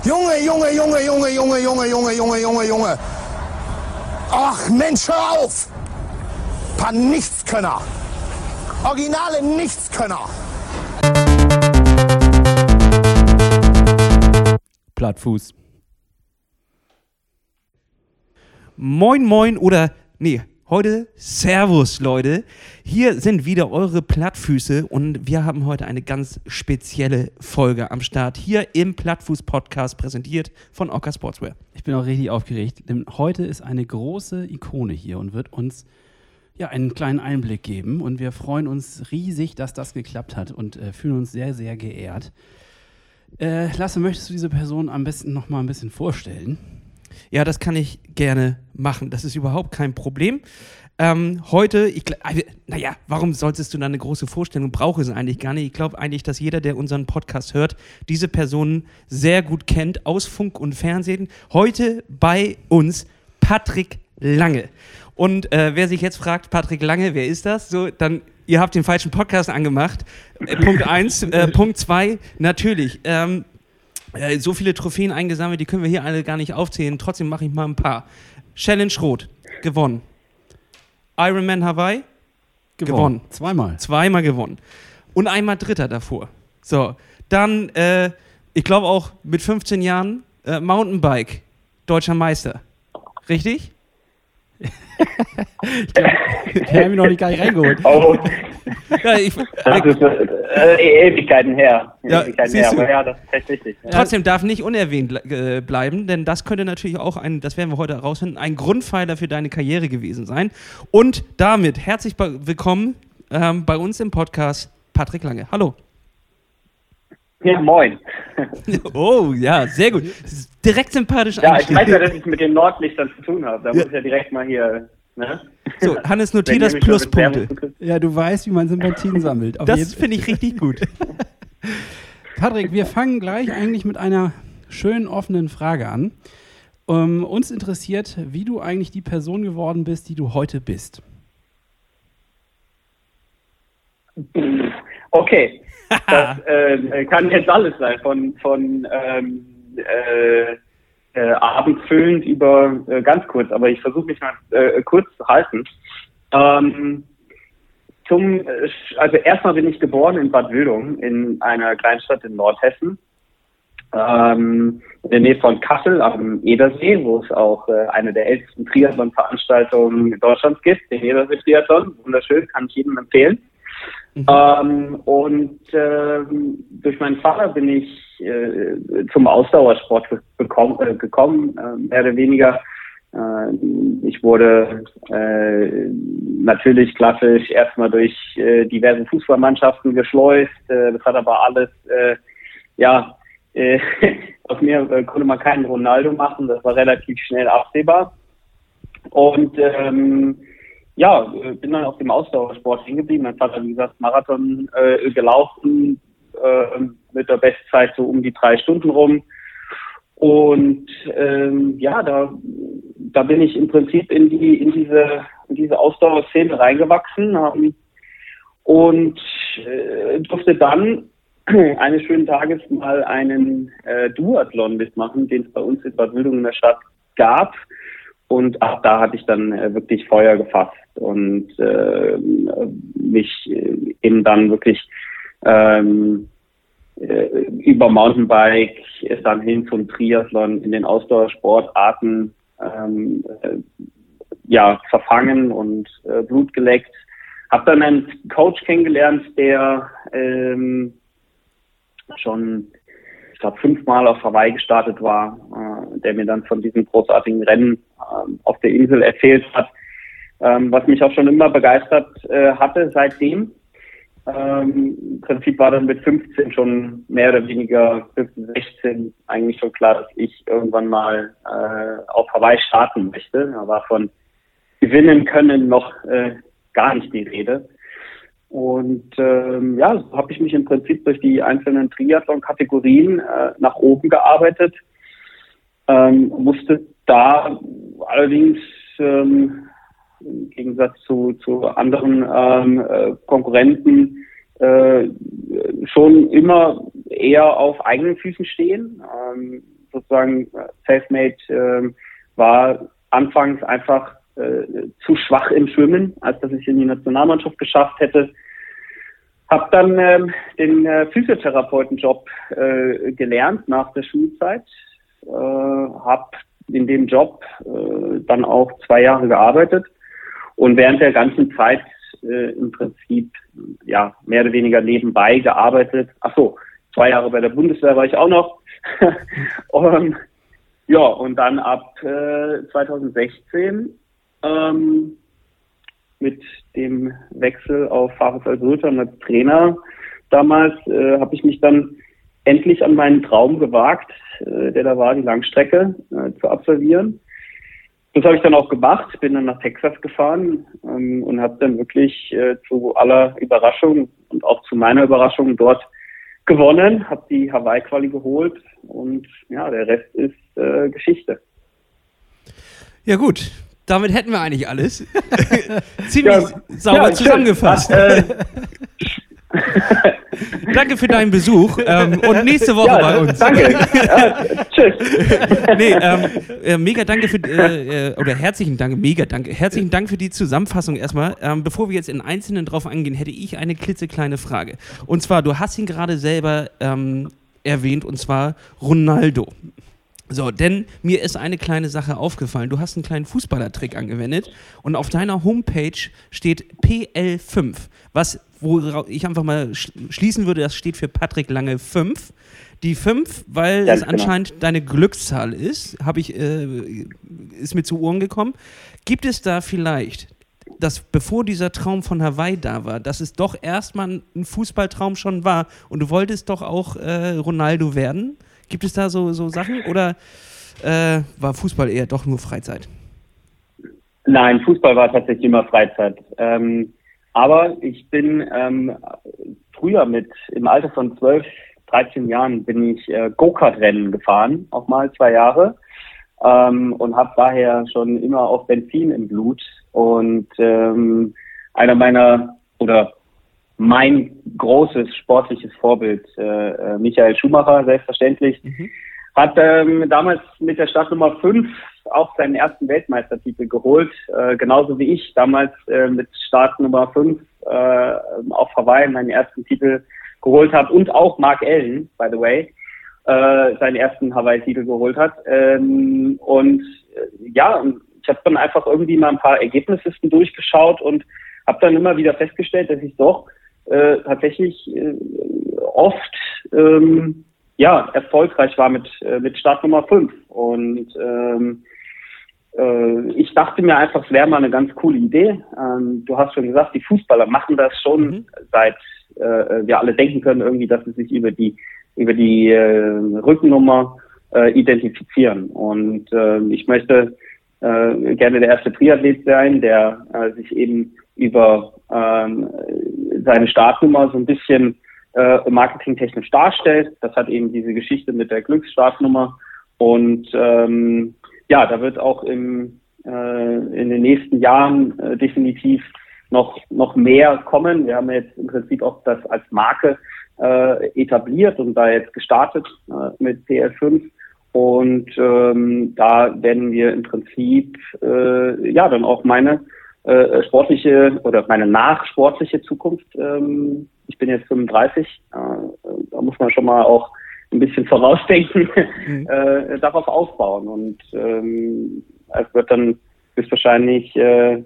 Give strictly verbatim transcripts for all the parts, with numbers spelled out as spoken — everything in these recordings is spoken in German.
Junge, Junge, Junge, Junge, Junge, Junge, Junge, Junge, Junge, Junge. Ach, Mensch, hör auf! Paar Nichtskönner. Originale Nichtskönner. Plattfuß. Moin, moin oder, nee, heute Servus, Leute. Hier sind wieder eure Plattfüße und wir haben heute eine ganz spezielle Folge am Start. Hier im Plattfuß-Podcast, präsentiert von Orca Sportswear. Ich bin auch richtig aufgeregt, denn heute ist eine große Ikone hier und wird uns ja einen kleinen Einblick geben. Und wir freuen uns riesig, dass das geklappt hat und äh, fühlen uns sehr, sehr geehrt. Äh, Lasse, möchtest du diese Person am besten noch mal ein bisschen vorstellen? Ja, das kann ich gerne machen. Das ist überhaupt kein Problem. Ähm, heute, ich, also, naja, warum solltest du da eine große Vorstellung? Brauche es eigentlich gar nicht. Ich glaube eigentlich, dass jeder, der unseren Podcast hört, diese Person sehr gut kennt aus Funk und Fernsehen. Heute bei uns Patrick Lange. Und äh, wer sich jetzt fragt, Patrick Lange, wer ist das? So, dann, ihr habt den falschen Podcast angemacht. Äh, Punkt eins. Äh, Punkt zwei, natürlich. Ähm, äh, so viele Trophäen eingesammelt, die können wir hier alle gar nicht aufzählen. Trotzdem mache ich mal ein paar. Challenge Rot, gewonnen. Ironman Hawaii, gewonnen. gewonnen. Zweimal. Zweimal gewonnen. Und einmal Dritter davor. So, dann, äh, ich glaube auch mit fünfzehn Jahren, äh, Mountainbike, deutscher Meister. Richtig? ich glaub, wir haben ihn noch nicht gar nicht reingeholt. Oh. Ja, ich, das ist äh, Ewigkeiten her. Ja, Ewigkeiten her. Aber ja, das ist echt richtig. Trotzdem darf nicht unerwähnt äh, bleiben, denn das könnte natürlich auch, ein, das werden wir heute herausfinden, ein Grundpfeiler für deine Karriere gewesen sein. Und damit herzlich willkommen ähm, bei uns im Podcast Patrick Lange. Hallo. Ja, moin. Oh, ja, sehr gut. Direkt sympathisch. Ja, ich weiß ja, dass ich mit den Nordlichtern zu tun habe. Da ja. muss ich ja direkt mal hier... Ne? So, Hannes, notiert das Pluspunkte. Ja, du weißt, wie man Sympathien sammelt. Auf das finde ich richtig gut. Patrick, wir fangen gleich eigentlich mit einer schönen offenen Frage an. Um, uns interessiert, wie du eigentlich die Person geworden bist, die du heute bist. Okay, das äh, kann jetzt alles sein, von, von ähm, äh, äh, abendfüllend über äh, ganz kurz, aber ich versuche mich mal äh, kurz zu halten. Ähm, zum, also erstmal bin ich geboren in Bad Wildungen, in einer Kleinstadt in Nordhessen, ähm, in der Nähe von Kassel am Edersee, wo es auch äh, eine der ältesten Triathlon-Veranstaltungen Deutschlands gibt, den Edersee-Triathlon. Wunderschön, kann ich jedem empfehlen. Mhm. Ähm, und ähm, durch meinen Vater bin ich äh, zum Ausdauersport bekomm, äh, gekommen, äh, mehr oder weniger. Äh, ich wurde äh, natürlich klassisch erstmal durch äh, diverse Fußballmannschaften geschleust. Äh, das hat aber alles, äh, ja, äh, aus mir äh, konnte man keinen Ronaldo machen. Das war relativ schnell absehbar. Und ähm, ja, bin dann auf dem Ausdauersport hängen geblieben. Mein Vater, wie gesagt, Marathon äh, gelaufen, äh, mit der Bestzeit so um die drei Stunden rum. Und ähm, ja, da da bin ich im Prinzip in die in diese in diese Ausdauerszene reingewachsen ähm, und äh, durfte dann eines schönen Tages mal einen äh, Duathlon mitmachen, den es bei uns in Bad Wildungen in der Stadt gab. Und ab da hatte ich dann äh, wirklich Feuer gefasst und äh, mich äh, eben dann wirklich ähm, äh, über Mountainbike ist dann hin zum Triathlon in den Ausdauersportarten ähm, äh, ja verfangen und äh, Blut geleckt. Hab dann einen Coach kennengelernt, der ähm, schon ich glaube, fünfmal auf Hawaii gestartet war, äh, der mir dann von diesem großartigen Rennen äh, auf der Insel erzählt hat, ähm, was mich auch schon immer begeistert äh, hatte seitdem. Ähm, Im Prinzip war dann mit fünfzehn schon mehr oder weniger, fünfzehn, sechzehn eigentlich schon klar, dass ich irgendwann mal äh, auf Hawaii starten möchte. Da war von gewinnen können noch äh, gar nicht die Rede. Und ähm, ja, so habe ich mich im Prinzip durch die einzelnen Triathlon-Kategorien äh, nach oben gearbeitet. Ähm, musste da allerdings ähm, im Gegensatz zu, zu anderen ähm, äh, Konkurrenten äh, schon immer eher auf eigenen Füßen stehen. Ähm, sozusagen self-made, äh, war anfangs einfach äh, zu schwach im Schwimmen, als dass ich in die Nationalmannschaft geschafft hätte. Hab dann ähm, den äh, Physiotherapeutenjob äh, gelernt nach der Schulzeit. Äh, hab in dem Job äh, dann auch zwei Jahre gearbeitet und während der ganzen Zeit äh, im Prinzip ja mehr oder weniger nebenbei gearbeitet. Ach so, zwei Jahre bei der Bundeswehr war ich auch noch. um, ja, und dann ab äh, zwanzig sechzehn ähm, mit dem Wechsel auf VfL Sultan als Trainer damals äh, habe ich mich dann endlich an meinen Traum gewagt, äh, der da war, die Langstrecke äh, zu absolvieren. Das habe ich dann auch gemacht, bin dann nach Texas gefahren ähm, und habe dann wirklich äh, zu aller Überraschung und auch zu meiner Überraschung dort gewonnen, habe die Hawaii-Quali geholt und ja, der Rest ist äh, Geschichte. Ja gut, damit hätten wir eigentlich alles. Ziemlich ja, sauber ja, zusammengefasst. Äh, Danke für deinen Besuch ähm, und nächste Woche ja, bei uns. Danke. Ja, tschüss. Nee, ähm, äh, mega danke für, äh, oder herzlichen Dank, mega danke, herzlichen Dank für die Zusammenfassung erstmal. Ähm, bevor wir jetzt in Einzelnen drauf eingehen, hätte ich eine klitzekleine Frage. Und zwar, du hast ihn gerade selber ähm, erwähnt, und zwar Ronaldo. So, denn mir ist eine kleine Sache aufgefallen. Du hast einen kleinen Fußballertrick angewendet und auf deiner Homepage steht P L fünf, was, wo ich einfach mal schließen würde, das steht für Patrick Lange fünf. Die fünf, weil ja, es genau. anscheinend deine Glückszahl ist, habe ich, äh, ist mir zu Ohren gekommen. Gibt es da vielleicht, dass bevor dieser Traum von Hawaii da war, dass es doch erstmal ein Fußballtraum schon war und du wolltest doch auch äh, Ronaldo werden? Gibt es da so, so Sachen oder äh, war Fußball eher doch nur Freizeit? Nein, Fußball war tatsächlich immer Freizeit. Ähm, aber ich bin ähm, früher mit, im Alter von zwölf, dreizehn Jahren bin ich äh, Go-Kart-Rennen gefahren, auch mal zwei Jahre. Ähm, und habe daher schon immer auch Benzin im Blut. Und ähm, einer meiner, oder mein großes sportliches Vorbild, äh, Michael Schumacher, selbstverständlich, mhm. hat ähm, damals mit der Startnummer fünf auch seinen ersten Weltmeistertitel geholt, äh, genauso wie ich damals äh, mit Startnummer fünf äh, auf Hawaii meinen ersten Titel geholt habe und auch Mark Allen, by the way, äh, seinen ersten Hawaii-Titel geholt hat. Ähm, und äh, ja, ich habe dann einfach irgendwie mal ein paar Ergebnislisten durchgeschaut und habe dann immer wieder festgestellt, dass ich doch Äh, tatsächlich äh, oft ähm, ja erfolgreich war mit äh, mit Startnummer fünf und ähm, äh, ich dachte mir einfach, es wäre mal eine ganz coole Idee. Ähm, du hast schon gesagt, die Fußballer machen das schon mhm. seit äh, wir alle denken können irgendwie, dass sie sich über die über die äh, Rückennummer äh, identifizieren und äh, ich möchte äh, gerne der erste Triathlet sein, der äh, sich eben über ähm, seine Startnummer so ein bisschen äh, marketingtechnisch darstellt. Das hat eben diese Geschichte mit der Glücksstartnummer und ähm, ja, da wird auch im, äh, in den nächsten Jahren äh, definitiv noch noch mehr kommen. Wir haben jetzt im Prinzip auch das als Marke äh, etabliert und da jetzt gestartet äh, mit P L fünf und ähm, da werden wir im Prinzip äh, ja dann auch meine Äh, sportliche oder meine nachsportliche Zukunft. Ähm, ich bin jetzt fünfunddreißig, äh, da muss man schon mal auch ein bisschen vorausdenken, mhm. äh, darauf aufbauen. Und ähm, es wird dann höchstwahrscheinlich äh,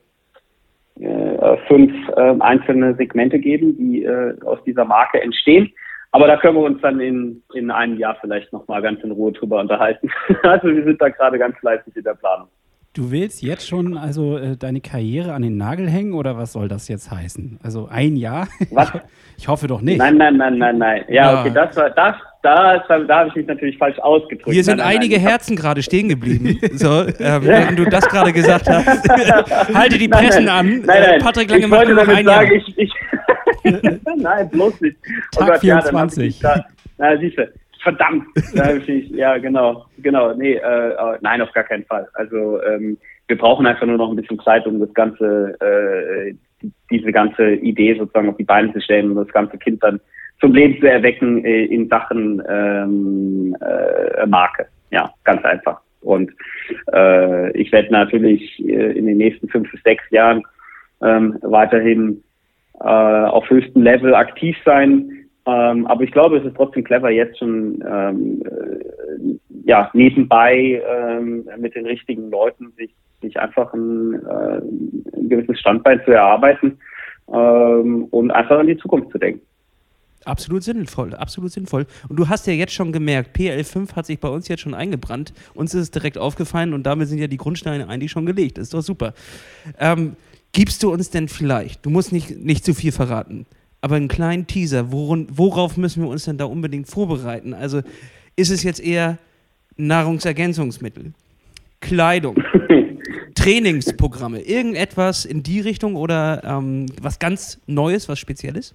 äh, fünf äh, einzelne Segmente geben, die äh, aus dieser Marke entstehen. Aber da können wir uns dann in, in einem Jahr vielleicht nochmal ganz in Ruhe drüber unterhalten. Also wir sind da gerade ganz fleißig in der Planung. Du willst jetzt schon also äh, deine Karriere an den Nagel hängen oder was soll das jetzt heißen? Also ein Jahr? Was? Ich hoffe doch nicht. Nein, nein, nein, nein, nein. Ja, ja. okay, das war das, das, da habe ich mich natürlich falsch ausgedrückt. Hier sind nein, nein, einige nein, Herzen gerade stehen geblieben, so, ähm, während du das gerade gesagt hast. Halte die Pressen nein, an. Nein, nein, Patrick Lange ich macht wollte nur noch damit ein sagen, Jahr. ich, ich nein, bloß nicht. Tag oh Gott, vierundzwanzig. Ja, na, siehst du. Verdammt. Ja, genau, genau. Nee, äh, nein, auf gar keinen Fall. Also ähm, wir brauchen einfach nur noch ein bisschen Zeit, um das ganze, äh, diese ganze Idee sozusagen auf die Beine zu stellen und das ganze Kind dann zum Leben zu erwecken äh, in Sachen ähm, äh, Marke. Ja, ganz einfach. Und äh, ich werde natürlich äh, in den nächsten fünf bis sechs Jahren ähm, weiterhin äh, auf höchstem Level aktiv sein. Ähm, aber ich glaube, es ist trotzdem clever, jetzt schon ähm, äh, ja, nebenbei ähm, mit den richtigen Leuten sich, sich einfach ein, äh, ein gewisses Standbein zu erarbeiten ähm, und einfach an die Zukunft zu denken. Absolut sinnvoll, absolut sinnvoll. Und du hast ja jetzt schon gemerkt, P L fünf hat sich bei uns jetzt schon eingebrannt. Uns ist es direkt aufgefallen und damit sind ja die Grundsteine eigentlich schon gelegt. Das ist doch super. Ähm, gibst du uns denn vielleicht, du musst nicht, nicht zu viel verraten, aber einen kleinen Teaser, worin, worauf müssen wir uns denn da unbedingt vorbereiten? Also ist es jetzt eher Nahrungsergänzungsmittel, Kleidung, Trainingsprogramme, irgendetwas in die Richtung oder ähm, was ganz Neues, was Spezielles?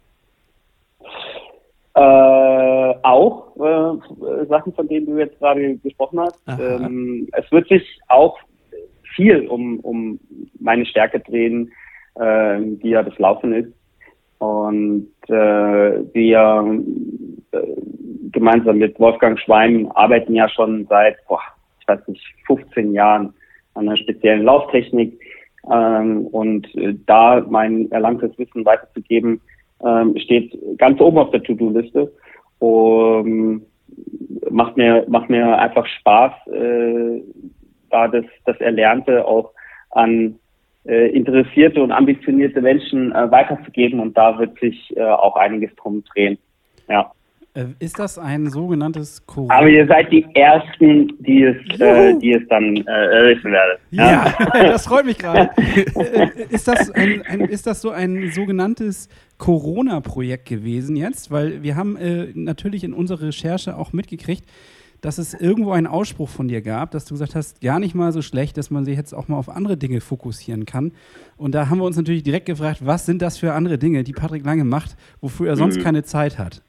Äh, auch äh, Sachen, von denen du jetzt gerade gesprochen hast. Ähm, es wird sich auch viel um, um meine Stärke drehen, äh, die ja das Laufen ist. Und äh, wir äh, gemeinsam mit Wolfgang Schwein arbeiten ja schon seit, boah, ich weiß nicht, fünfzehn Jahren an einer speziellen Lauftechnik. Ähm, und äh, da mein erlangtes Wissen weiterzugeben, ähm, steht ganz oben auf der To-Do-Liste. Und macht mir macht mir einfach Spaß, äh, da das, das Erlernte auch an äh, interessierte und ambitionierte Menschen äh, weiterzugeben. Und da wird sich äh, auch einiges drum drehen. Ja. Ist das ein sogenanntes Corona? Aber ihr seid die Ersten, die es, äh, die es dann äh, wissen werden. Ja, ja. Das freut mich gerade. ist, das ein, ein, ist das so ein sogenanntes Corona-Projekt gewesen jetzt? Weil wir haben äh, natürlich in unserer Recherche auch mitgekriegt, dass es irgendwo einen Ausspruch von dir gab, dass du gesagt hast, gar nicht mal so schlecht, dass man sich jetzt auch mal auf andere Dinge fokussieren kann. Und da haben wir uns natürlich direkt gefragt, was sind das für andere Dinge, die Patrick Lange macht, wofür er sonst mhm. keine Zeit hat?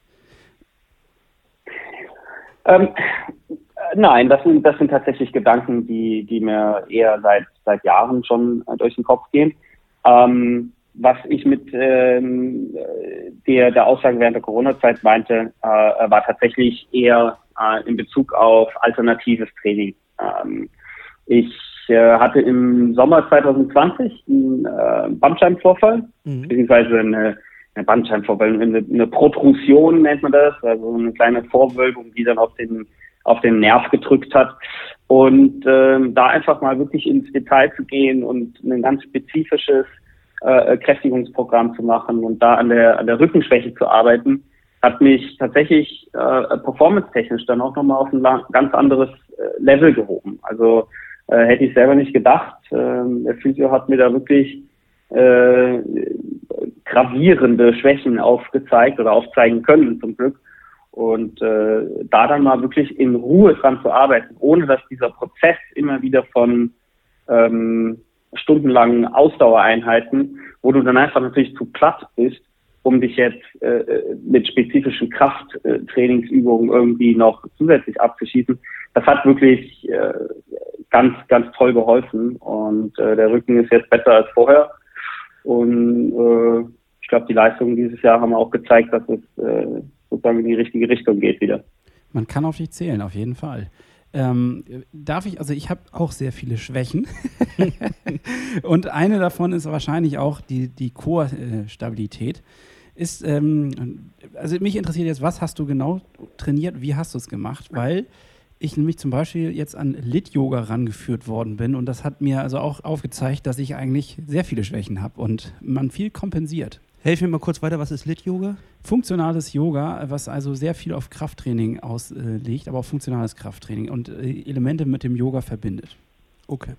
Ähm, nein, das sind, das sind tatsächlich Gedanken, die, die mir eher seit, seit Jahren schon durch den Kopf gehen. Ähm, was ich mit ähm, der, der Aussage während der Corona-Zeit meinte, äh, war tatsächlich eher äh, in Bezug auf alternatives Training. Ähm, ich äh, hatte im Sommer zwanzig zwanzig einen äh, Bandscheibenvorfall, mhm. beziehungsweise eine Eine Bandscheibenvorwölbung, eine, eine Protrusion nennt man das, also eine kleine Vorwölbung, die dann auf den auf den Nerv gedrückt hat. Und ähm, da einfach mal wirklich ins Detail zu gehen und ein ganz spezifisches äh, Kräftigungsprogramm zu machen und da an der an der Rückenschwäche zu arbeiten, hat mich tatsächlich äh, performance-technisch dann auch nochmal auf ein ganz anderes äh, Level gehoben. Also äh, hätte ich selber nicht gedacht. Ähm, der Physio hat mir da wirklich äh, gravierende Schwächen aufgezeigt oder aufzeigen können zum Glück. Und äh, da dann mal wirklich in Ruhe dran zu arbeiten, ohne dass dieser Prozess immer wieder von ähm, stundenlangen Ausdauereinheiten, wo du dann einfach natürlich zu platt bist, um dich jetzt äh, mit spezifischen Krafttrainingsübungen irgendwie noch zusätzlich abzuschießen. Das hat wirklich äh, ganz, ganz toll geholfen. Und äh, der Rücken ist jetzt besser als vorher. Und äh, ich glaube, die Leistungen dieses Jahr haben auch gezeigt, dass es äh, sozusagen in die richtige Richtung geht wieder. Man kann auf dich zählen, auf jeden Fall. Ähm, darf ich, also ich habe auch sehr viele Schwächen. Und eine davon ist wahrscheinlich auch die, die Core-Stabilität. Ist, ähm, also mich interessiert jetzt, was hast du genau trainiert, wie hast du es gemacht? Weil ich nämlich zum Beispiel jetzt an Lit-Yoga rangeführt worden bin und das hat mir also auch aufgezeigt, dass ich eigentlich sehr viele Schwächen habe und man viel kompensiert. Helf mir mal kurz weiter, was ist Lit-Yoga? Funktionales Yoga, was also sehr viel auf Krafttraining auslegt, aber auch funktionales Krafttraining und Elemente mit dem Yoga verbindet. Okay.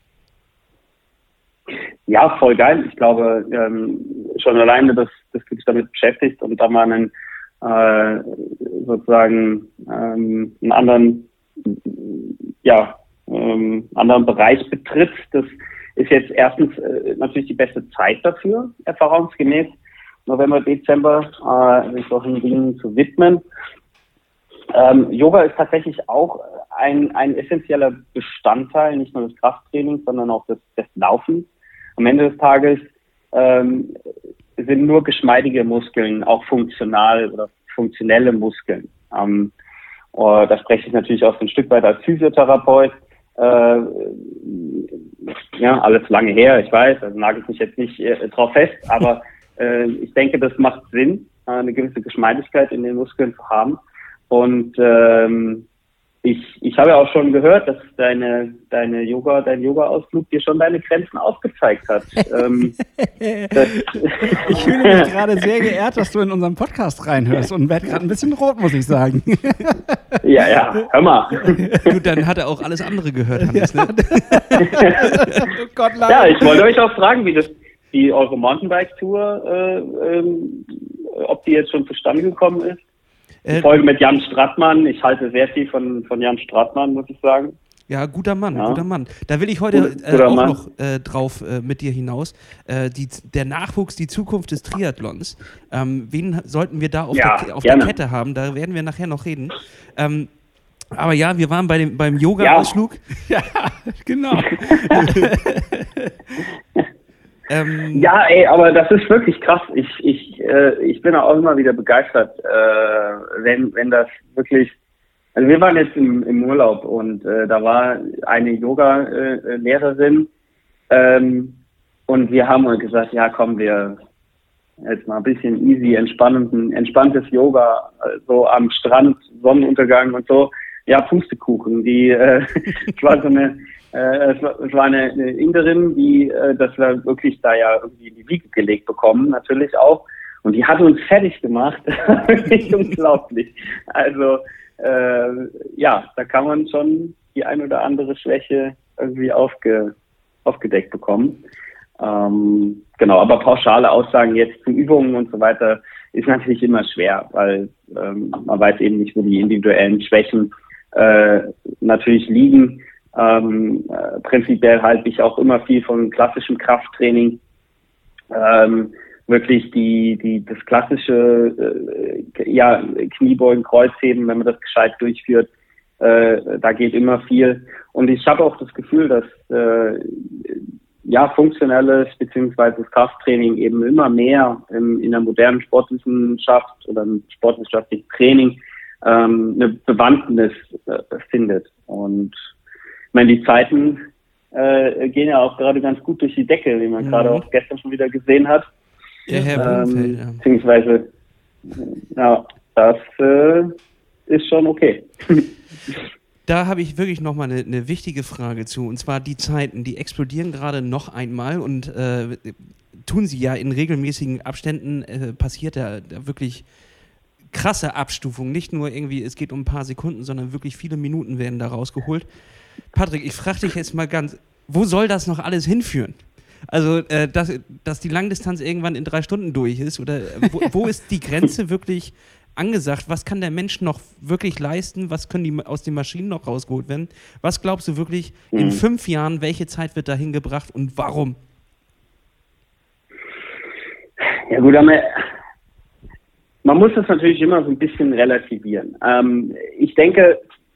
Ja, voll geil. Ich glaube, ähm, schon alleine, dass, dass du dich damit beschäftigst und da mal einen äh, sozusagen ähm, einen anderen, ja, ähm, anderen Bereich betritt. Das ist jetzt erstens äh, natürlich die beste Zeit dafür, erfahrungsgemäß November, Dezember, äh, sich solchen Dingen zu widmen. Ähm, Yoga ist tatsächlich auch ein, ein essentieller Bestandteil, nicht nur des Krafttrainings, sondern auch des, des Laufens. Am Ende des Tages ähm, sind nur geschmeidige Muskeln auch funktional oder funktionelle Muskeln. Ähm, Uh, da spreche ich natürlich auch so ein Stück weit als Physiotherapeut. Uh, ja, alles lange her, ich weiß, also nagel ich mich jetzt nicht äh, drauf fest, aber äh, ich denke, das macht Sinn, äh, eine gewisse Geschmeidigkeit in den Muskeln zu haben. Und ähm, ich, ich habe ja auch schon gehört, dass deine, deine Yoga, dein Yoga-Ausflug dir schon deine Grenzen aufgezeigt hat. ähm, das, ich fühle mich gerade sehr geehrt, dass du in unseren Podcast reinhörst und werde gerade ein bisschen rot, muss ich sagen. Ja, ja, hör mal. Du, dann hat er auch alles andere gehört, Hannes, ne? Oh Gott, ja, ich wollte euch auch fragen, wie das, wie eure Mountainbike-Tour, äh, ähm, ob die jetzt schon zustande gekommen ist. Die Folge mit Jan Strattmann. Ich halte sehr viel von, von Jan Strattmann, muss ich sagen. Ja, guter Mann, ja. guter Mann. Da will ich heute äh, auch Mann. noch äh, drauf äh, mit dir hinaus. Äh, die, der Nachwuchs, die Zukunft des Triathlons. Ähm, wen sollten wir da auf, ja, der, auf der Kette haben? Da werden wir nachher noch reden. Ähm, aber ja, wir waren bei dem, beim Yoga-Ausflug. Ja, ja genau. Ähm, ja, ey, aber das ist wirklich krass. Ich, ich, äh, ich bin auch immer wieder begeistert, äh, wenn, wenn das wirklich. Also wir waren jetzt im, im Urlaub und äh, da war eine Yoga-Lehrerin äh, ähm, und wir haben uns gesagt, ja komm, wir jetzt mal ein bisschen easy, entspannenden, entspanntes Yoga, äh, so am Strand, Sonnenuntergang und so. Ja, Pustekuchen. Die, äh, es war so eine Äh, es, war, es war eine, eine Inderin, die äh, das wir wirklich da ja irgendwie in die Wiege gelegt bekommen, natürlich auch. Und die hat uns fertig gemacht. Wirklich unglaublich. Also äh, ja, da kann man schon die ein oder andere Schwäche irgendwie aufge, aufgedeckt bekommen. Ähm, genau, aber pauschale Aussagen jetzt zu Übungen und so weiter ist natürlich immer schwer, weil ähm, man weiß eben nicht, wo die individuellen Schwächen äh, natürlich liegen. Ähm, äh, prinzipiell halte ich auch immer viel von klassischem Krafttraining. Ähm, wirklich die, die, das klassische, äh, ja, Kniebeugen, Kreuzheben, wenn man das gescheit durchführt, äh, da geht immer viel. Und ich habe auch das Gefühl, dass, äh, ja, funktionelles beziehungsweise das Krafttraining eben immer mehr im, in der modernen Sportwissenschaft oder im sportwissenschaftlichen Training, ähm, eine Bewandtnis äh, findet. Und ich meine, die Zeiten äh, gehen ja auch gerade ganz gut durch die Decke, wie man mhm. gerade auch gestern schon wieder gesehen hat. Der Herr ähm, Blumfeld, ja. Beziehungsweise, ja, das äh, ist schon okay. Da habe ich wirklich nochmal eine, eine wichtige Frage zu, und zwar die Zeiten, die explodieren gerade noch einmal und äh, tun sie ja in regelmäßigen Abständen, äh, passiert da, da wirklich krasse Abstufung, nicht nur irgendwie, es geht um ein paar Sekunden, sondern wirklich viele Minuten werden da rausgeholt. Patrick, ich frage dich jetzt mal ganz, wo soll das noch alles hinführen? Also, äh, dass, dass die Langdistanz irgendwann in drei Stunden durch ist, oder äh, wo, wo ist die Grenze wirklich angesagt? Was kann der Mensch noch wirklich leisten? Was können die aus den Maschinen noch rausgeholt werden? Was glaubst du wirklich in mhm. fünf Jahren, welche Zeit wird da hingebracht und warum? Ja gut, aber man muss das natürlich immer so ein bisschen relativieren. Ähm, ich denke,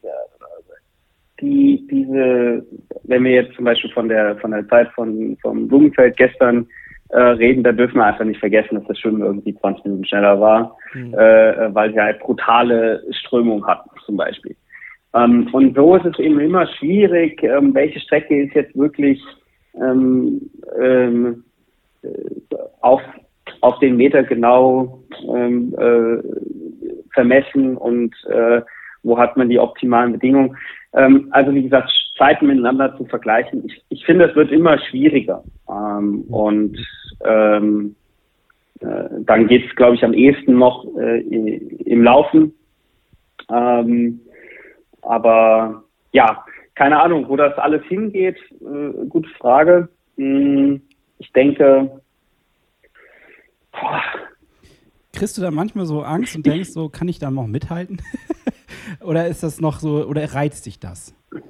die, diese, wenn wir jetzt zum Beispiel von der, von der Zeit von, vom Blumenfeld gestern äh, reden, da dürfen wir einfach nicht vergessen, dass das Schwimmen irgendwie zwanzig Minuten schneller war, mhm. äh, weil sie halt brutale Strömung hatten, zum Beispiel. Ähm, und so ist es eben immer schwierig, ähm, welche Strecke ist jetzt wirklich ähm, ähm, auf, auf den Meter genau ähm, äh, vermessen und äh, wo hat man die optimalen Bedingungen. Ähm, also wie gesagt, Zeiten miteinander zu vergleichen, ich, ich finde, es wird immer schwieriger. Ähm, und ähm, äh, dann geht es, glaube ich, am ehesten noch äh, im Laufen. Ähm, aber ja, keine Ahnung, wo das alles hingeht, äh, gute Frage. Hm, ich denke, boah. Kriegst du da manchmal so Angst und denkst so, kann ich da noch mithalten? Oder ist das noch so, oder reizt dich das?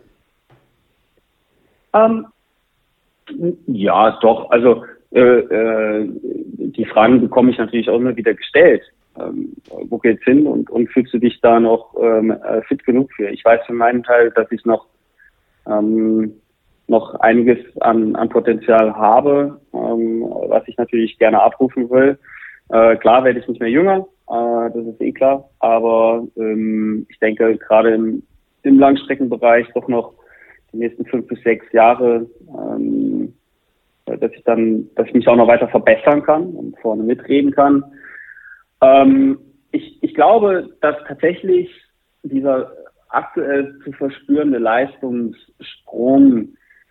Ähm, ja, doch. Also äh, äh, die Fragen bekomme ich natürlich auch immer wieder gestellt. Ähm, wo geht's hin und, und fühlst du dich da noch ähm, fit genug für? Ich weiß für meinen Teil, dass ich noch ähm, noch einiges an, an Potenzial habe, ähm, was ich natürlich gerne abrufen will. Äh, klar werde ich nicht mehr jünger, äh, das ist eh klar. Aber ähm, ich denke, gerade im, im Langstreckenbereich doch noch die nächsten fünf bis sechs Jahre, ähm, dass ich dann, dass ich mich auch noch weiter verbessern kann und vorne mitreden kann. Ähm, ich, ich glaube, dass tatsächlich dieser aktuell zu verspürende Leistungssprung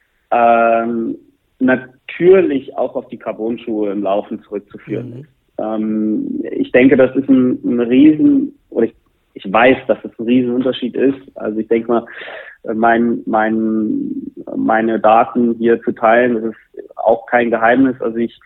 ähm, natürlich auch auf die Carbon-Schuhe im Laufen zurückzuführen Mhm. ist. Ähm, ich denke, das ist ein, ein Riesen, oder ich, ich weiß, dass es ein Riesenunterschied ist. Also ich denke mal, mein, mein, meine Daten hier zu teilen, das ist auch kein Geheimnis. Also ich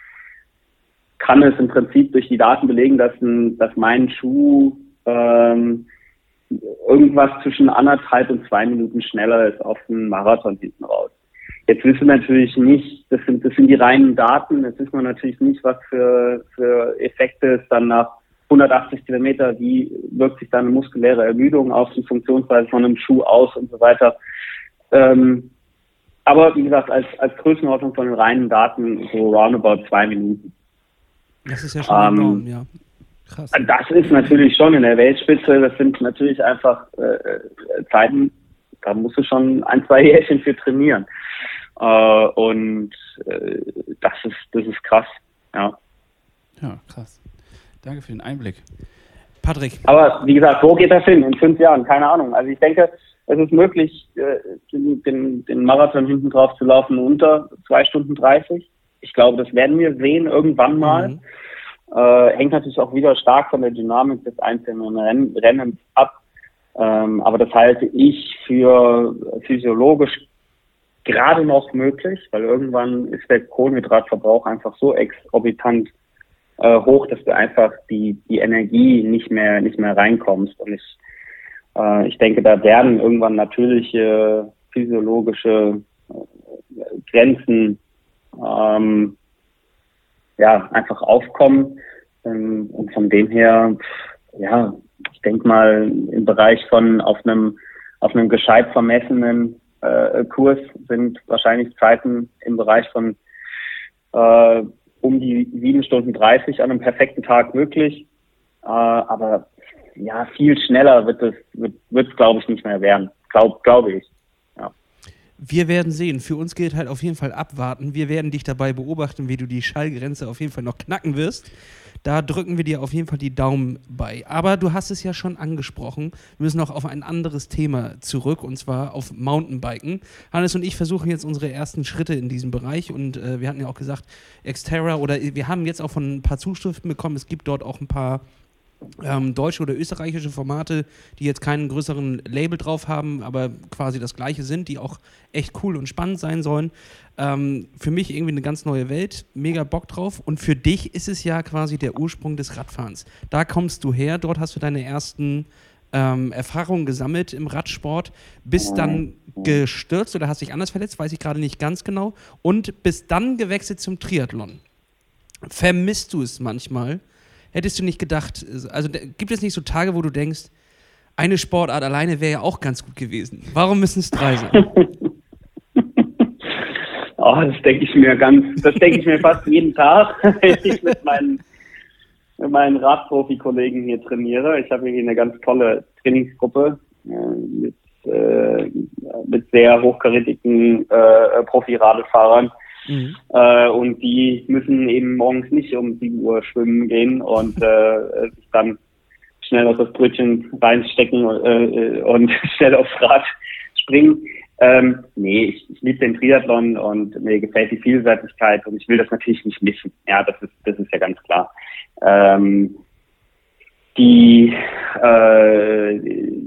kann es im Prinzip durch die Daten belegen, dass, ein, dass mein Schuh ähm, irgendwas zwischen anderthalb und zwei Minuten schneller ist auf den Marathon hinten raus. Jetzt wissen wir natürlich nicht, das sind, das sind die reinen Daten, jetzt wissen wir natürlich nicht, was für, für Effekte es dann nach hundertachtzig Kilometer, wie wirkt sich dann eine muskuläre Ermüdung auf die Funktionsweise von einem Schuh aus und so weiter. Ähm, aber wie gesagt, als, als Größenordnung von den reinen Daten so roundabout zwei Minuten. Das ist ja schon Ähm, enorm, ja. Krass. Das ist natürlich schon in der Weltspitze, das sind natürlich einfach äh, Zeiten, da musst du schon ein, zwei Jährchen für trainieren. Äh, und äh, das ist, das ist krass, ja. Ja, krass. Danke für den Einblick. Patrick. Aber wie gesagt, wo geht das hin? In fünf Jahren? Keine Ahnung. Also ich denke, es ist möglich, äh, den, den Marathon hinten drauf zu laufen unter zwei Stunden dreißig. Ich glaube, das werden wir sehen irgendwann mal. Mhm. Äh, hängt natürlich auch wieder stark von der Dynamik des einzelnen Renn Rennens ab. Ähm, aber das halte ich für physiologisch gerade noch möglich, weil irgendwann ist der Kohlenhydratverbrauch einfach so exorbitant äh, hoch, dass du einfach die, die Energie nicht mehr, nicht mehr reinkommst. Und ich, äh, ich denke, da werden irgendwann natürliche physiologische äh, Grenzen ähm, ja, einfach aufkommen. Ähm, und von dem her, ja, ich denke mal, im Bereich von auf einem, auf einem gescheit vermessenen äh, Kurs sind wahrscheinlich Zeiten im Bereich von äh, um die sieben Stunden dreißig an einem perfekten Tag möglich. Äh, aber ja, viel schneller wird es, wird, wird glaube ich, nicht mehr werden. Glaube glaub ich. Ja. Wir werden sehen. Für uns gilt halt auf jeden Fall abwarten. Wir werden dich dabei beobachten, wie du die Schallgrenze auf jeden Fall noch knacken wirst. Da drücken wir dir auf jeden Fall die Daumen bei. Aber du hast es ja schon angesprochen. Wir müssen noch auf ein anderes Thema zurück, und zwar auf Mountainbiken. Hannes und ich versuchen jetzt unsere ersten Schritte in diesem Bereich, und äh, wir hatten ja auch gesagt, Xterra, oder wir haben jetzt auch von ein paar Zuschriften bekommen, es gibt dort auch ein paar Ähm, deutsche oder österreichische Formate, die jetzt keinen größeren Label drauf haben, aber quasi das gleiche sind, die auch echt cool und spannend sein sollen. Ähm, für mich irgendwie eine ganz neue Welt, mega Bock drauf, und für dich ist es ja quasi der Ursprung des Radfahrens. Da kommst du her, dort hast du deine ersten ähm, Erfahrungen gesammelt im Radsport, bist dann gestürzt oder hast dich anders verletzt, weiß ich gerade nicht ganz genau, und bist dann gewechselt zum Triathlon. Vermisst du es manchmal? Hättest du nicht gedacht, also gibt es nicht so Tage, wo du denkst, eine Sportart alleine wäre ja auch ganz gut gewesen. Warum müssen es drei sein? Oh, das denke ich mir ganz, das denke ich mir fast jeden Tag, wenn ich mit meinen, mit meinen Radprofi-Kollegen hier trainiere. Ich habe hier eine ganz tolle Trainingsgruppe äh, mit, äh, mit sehr hochkarätigen äh, Profi-Radlfahrern. Mhm. Äh, und die müssen eben morgens nicht um sieben Uhr schwimmen gehen und äh, sich dann schnell auf das Brötchen reinstecken äh, und schnell aufs Rad springen. Ähm, nee, ich, ich liebe den Triathlon und mir gefällt die Vielseitigkeit, und ich will das natürlich nicht missen. Ja, das ist, das ist ja ganz klar. Ähm, die, äh,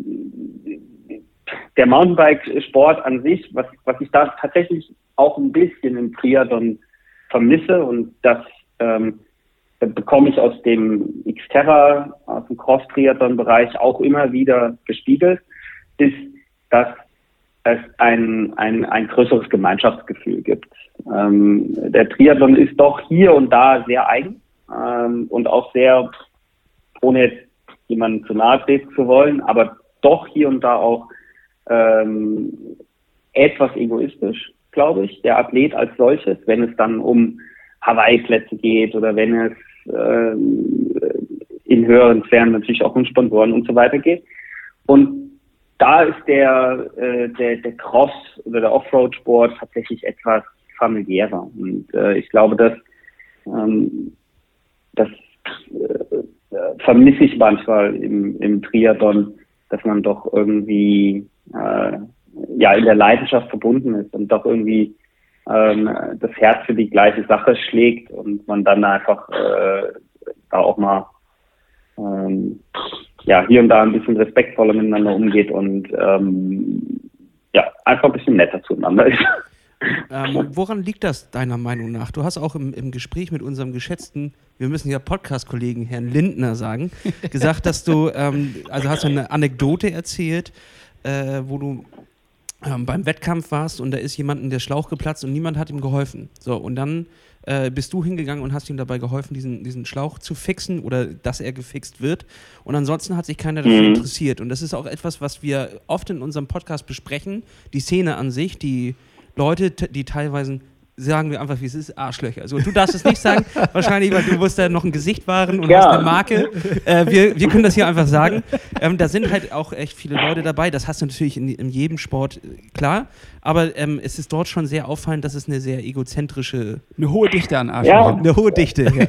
der Mountainbike-Sport an sich, was, was ich da tatsächlich auch ein bisschen im Triathlon vermisse, und das ähm, bekomme ich aus dem Xterra, aus dem Cross-Triathlon-Bereich auch immer wieder gespiegelt, ist, dass es ein, ein, ein größeres Gemeinschaftsgefühl gibt. Ähm, der Triathlon ist doch hier und da sehr eigen ähm, und auch sehr, ohne jetzt jemanden zu nahe treten zu wollen, aber doch hier und da auch ähm, etwas egoistisch, glaube ich, der Athlet als solches, wenn es dann um Hawaii-Plätze geht oder wenn es äh, in höheren Sphären natürlich auch um Sponsoren und so weiter geht. Und da ist der, äh, der, der Cross oder der Offroad-Sport tatsächlich etwas familiärer. Und äh, ich glaube, dass ähm, das äh, vermisse ich manchmal im, im Triathlon, dass man doch irgendwie äh, ja in der Leidenschaft verbunden ist und doch irgendwie ähm, das Herz für die gleiche Sache schlägt und man dann einfach äh, da auch mal ähm, ja hier und da ein bisschen respektvoller miteinander umgeht und ähm, ja einfach ein bisschen netter zueinander ist. Ähm, woran liegt das deiner Meinung nach? Du hast auch im, im Gespräch mit unserem geschätzten, wir müssen ja Podcast-Kollegen Herrn Lindner sagen, gesagt, dass du, ähm, also hast du eine Anekdote erzählt, äh, wo du ähm, beim Wettkampf warst und da ist jemandem der Schlauch geplatzt und niemand hat ihm geholfen. So, und dann äh, bist du hingegangen und hast ihm dabei geholfen, diesen, diesen Schlauch zu fixen oder dass er gefixt wird. Und ansonsten hat sich keiner dafür Mhm. interessiert. Und das ist auch etwas, was wir oft in unserem Podcast besprechen, die Szene an sich, die Leute, die teilweise, sagen wir einfach, wie es ist, Arschlöcher. Also du darfst es nicht sagen, wahrscheinlich, weil du musst da noch ein Gesicht wahren und Ja. hast eine Marke. Äh, wir, wir können das hier einfach sagen. Ähm, da sind halt auch echt viele Leute dabei. Das hast du natürlich in, in jedem Sport, äh, klar. Aber ähm, es ist dort schon sehr auffallend, dass es eine sehr egozentrische, Eine hohe Dichte an Ja. Arschlöchern. eine hohe Dichte. Ja.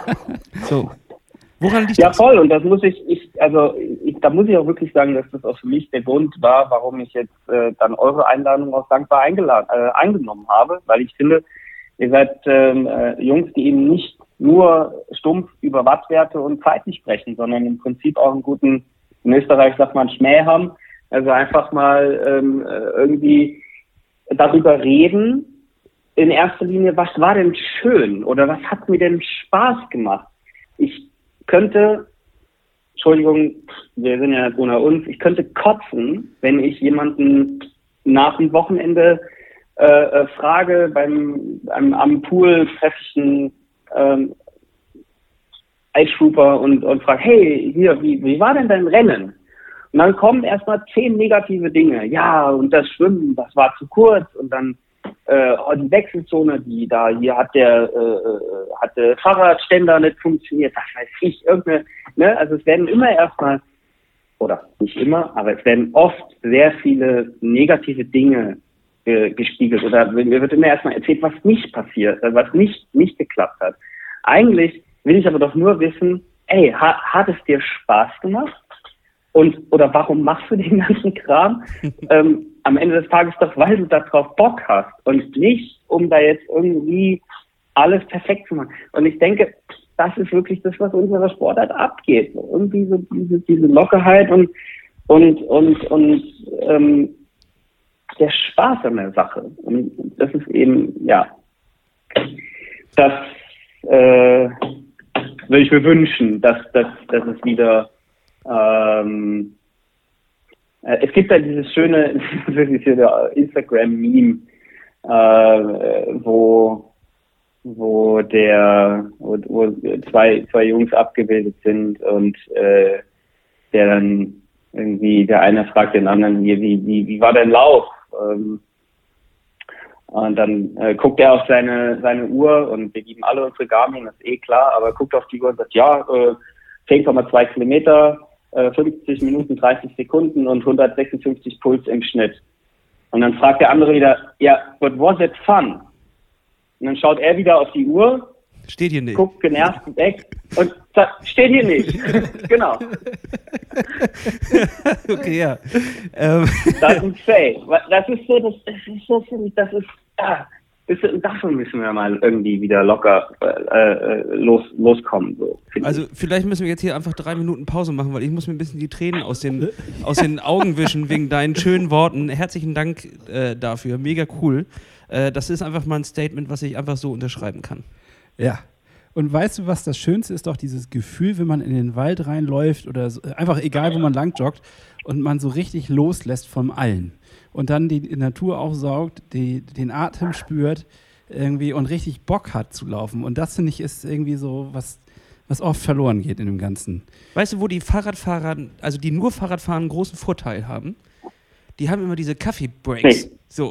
So. Woran liegt Ja, das? voll. Und das muss ich, ich also ich, da muss ich auch wirklich sagen, dass das auch für mich der Grund war, warum ich jetzt äh, dann eure Einladung auch dankbar eingeladen, äh, eingenommen habe, weil ich finde, ihr seid ähm, äh, Jungs, die eben nicht nur stumpf über Wattwerte und Zeiten sprechen, sondern im Prinzip auch einen guten, in Österreich sagt man Schmäh haben, also einfach mal ähm, äh, irgendwie darüber reden, in erster Linie, was war denn schön oder was hat mir denn Spaß gemacht? Ich könnte, Entschuldigung, wir sind ja ohne uns, ich könnte kotzen, wenn ich jemanden nach dem Wochenende äh, äh, frage, beim, beim am Pool treffe ich einen ähm, Ice Trooper und, und frage, hey, hier, wie, wie war denn dein Rennen? Und dann kommen erstmal zehn negative Dinge. Ja, und das Schwimmen, das war zu kurz und dann Äh, die Wechselzone, die da, hier hat der, äh, hat der Fahrradständer nicht funktioniert, das weiß ich, irgendeine, ne, also es werden immer erstmal, oder nicht immer, aber es werden oft sehr viele negative Dinge äh, gespiegelt oder mir wird immer erstmal erzählt, was nicht passiert, was nicht, nicht geklappt hat. Eigentlich will ich aber doch nur wissen, ey, ha, hat es dir Spaß gemacht? Und, oder warum machst du den ganzen Kram? ähm, am Ende des Tages doch, weil du darauf Bock hast und nicht, um da jetzt irgendwie alles perfekt zu machen. Und ich denke, das ist wirklich das, was unserer Sportart abgeht. Irgendwie so diese, diese Lockerheit und, und, und, und ähm, der Spaß an der Sache. Und das ist eben, ja, das äh, würde ich mir wünschen, dass, dass, dass es wieder Ähm, äh, es gibt ja dieses schöne, dieses schöne Instagram-Meme, äh, wo, wo der, wo, wo zwei, zwei Jungs abgebildet sind und äh, der dann irgendwie, der eine fragt den anderen hier, wie, wie, wie war dein Lauf? Ähm, und dann äh, guckt er auf seine, seine Uhr und wir geben alle unsere Garmin, das ist eh klar, aber guckt auf die Uhr und sagt, ja, äh, zehn Komma zwei Kilometer, fünfzig Minuten, dreißig Sekunden und hundertsechsundfünfzig Puls im Schnitt. Und dann fragt der andere wieder, ja, but was it fun? Und dann schaut er wieder auf die Uhr, Steht hier nicht. guckt genervt weg und sagt, steht hier nicht. Genau. Okay, ja. Ähm. Das ist safe. Das ist so, das, das ist so, das ist, ah, das, davon müssen wir mal irgendwie wieder locker äh, los, loskommen. So, Also vielleicht müssen wir jetzt hier einfach drei Minuten Pause machen, weil ich muss mir ein bisschen die Tränen aus den, aus den Augen wischen wegen deinen schönen Worten. Herzlichen Dank äh, dafür, mega cool. Äh, das ist einfach mal ein Statement, was ich einfach so unterschreiben kann. Ja. Und weißt du, was das Schönste ist? Doch dieses Gefühl, wenn man in den Wald reinläuft oder so, einfach egal, wo man lang joggt und man so richtig loslässt vom Allen und dann die Natur aufsaugt, die, den Atem spürt irgendwie und richtig Bock hat zu laufen. Und das, finde ich, ist irgendwie so was, was oft verloren geht in dem Ganzen. Weißt du, wo die Fahrradfahrer, also die nur Fahrrad fahren, einen großen Vorteil haben? Die haben immer diese Kaffee-Breaks. Nee. So.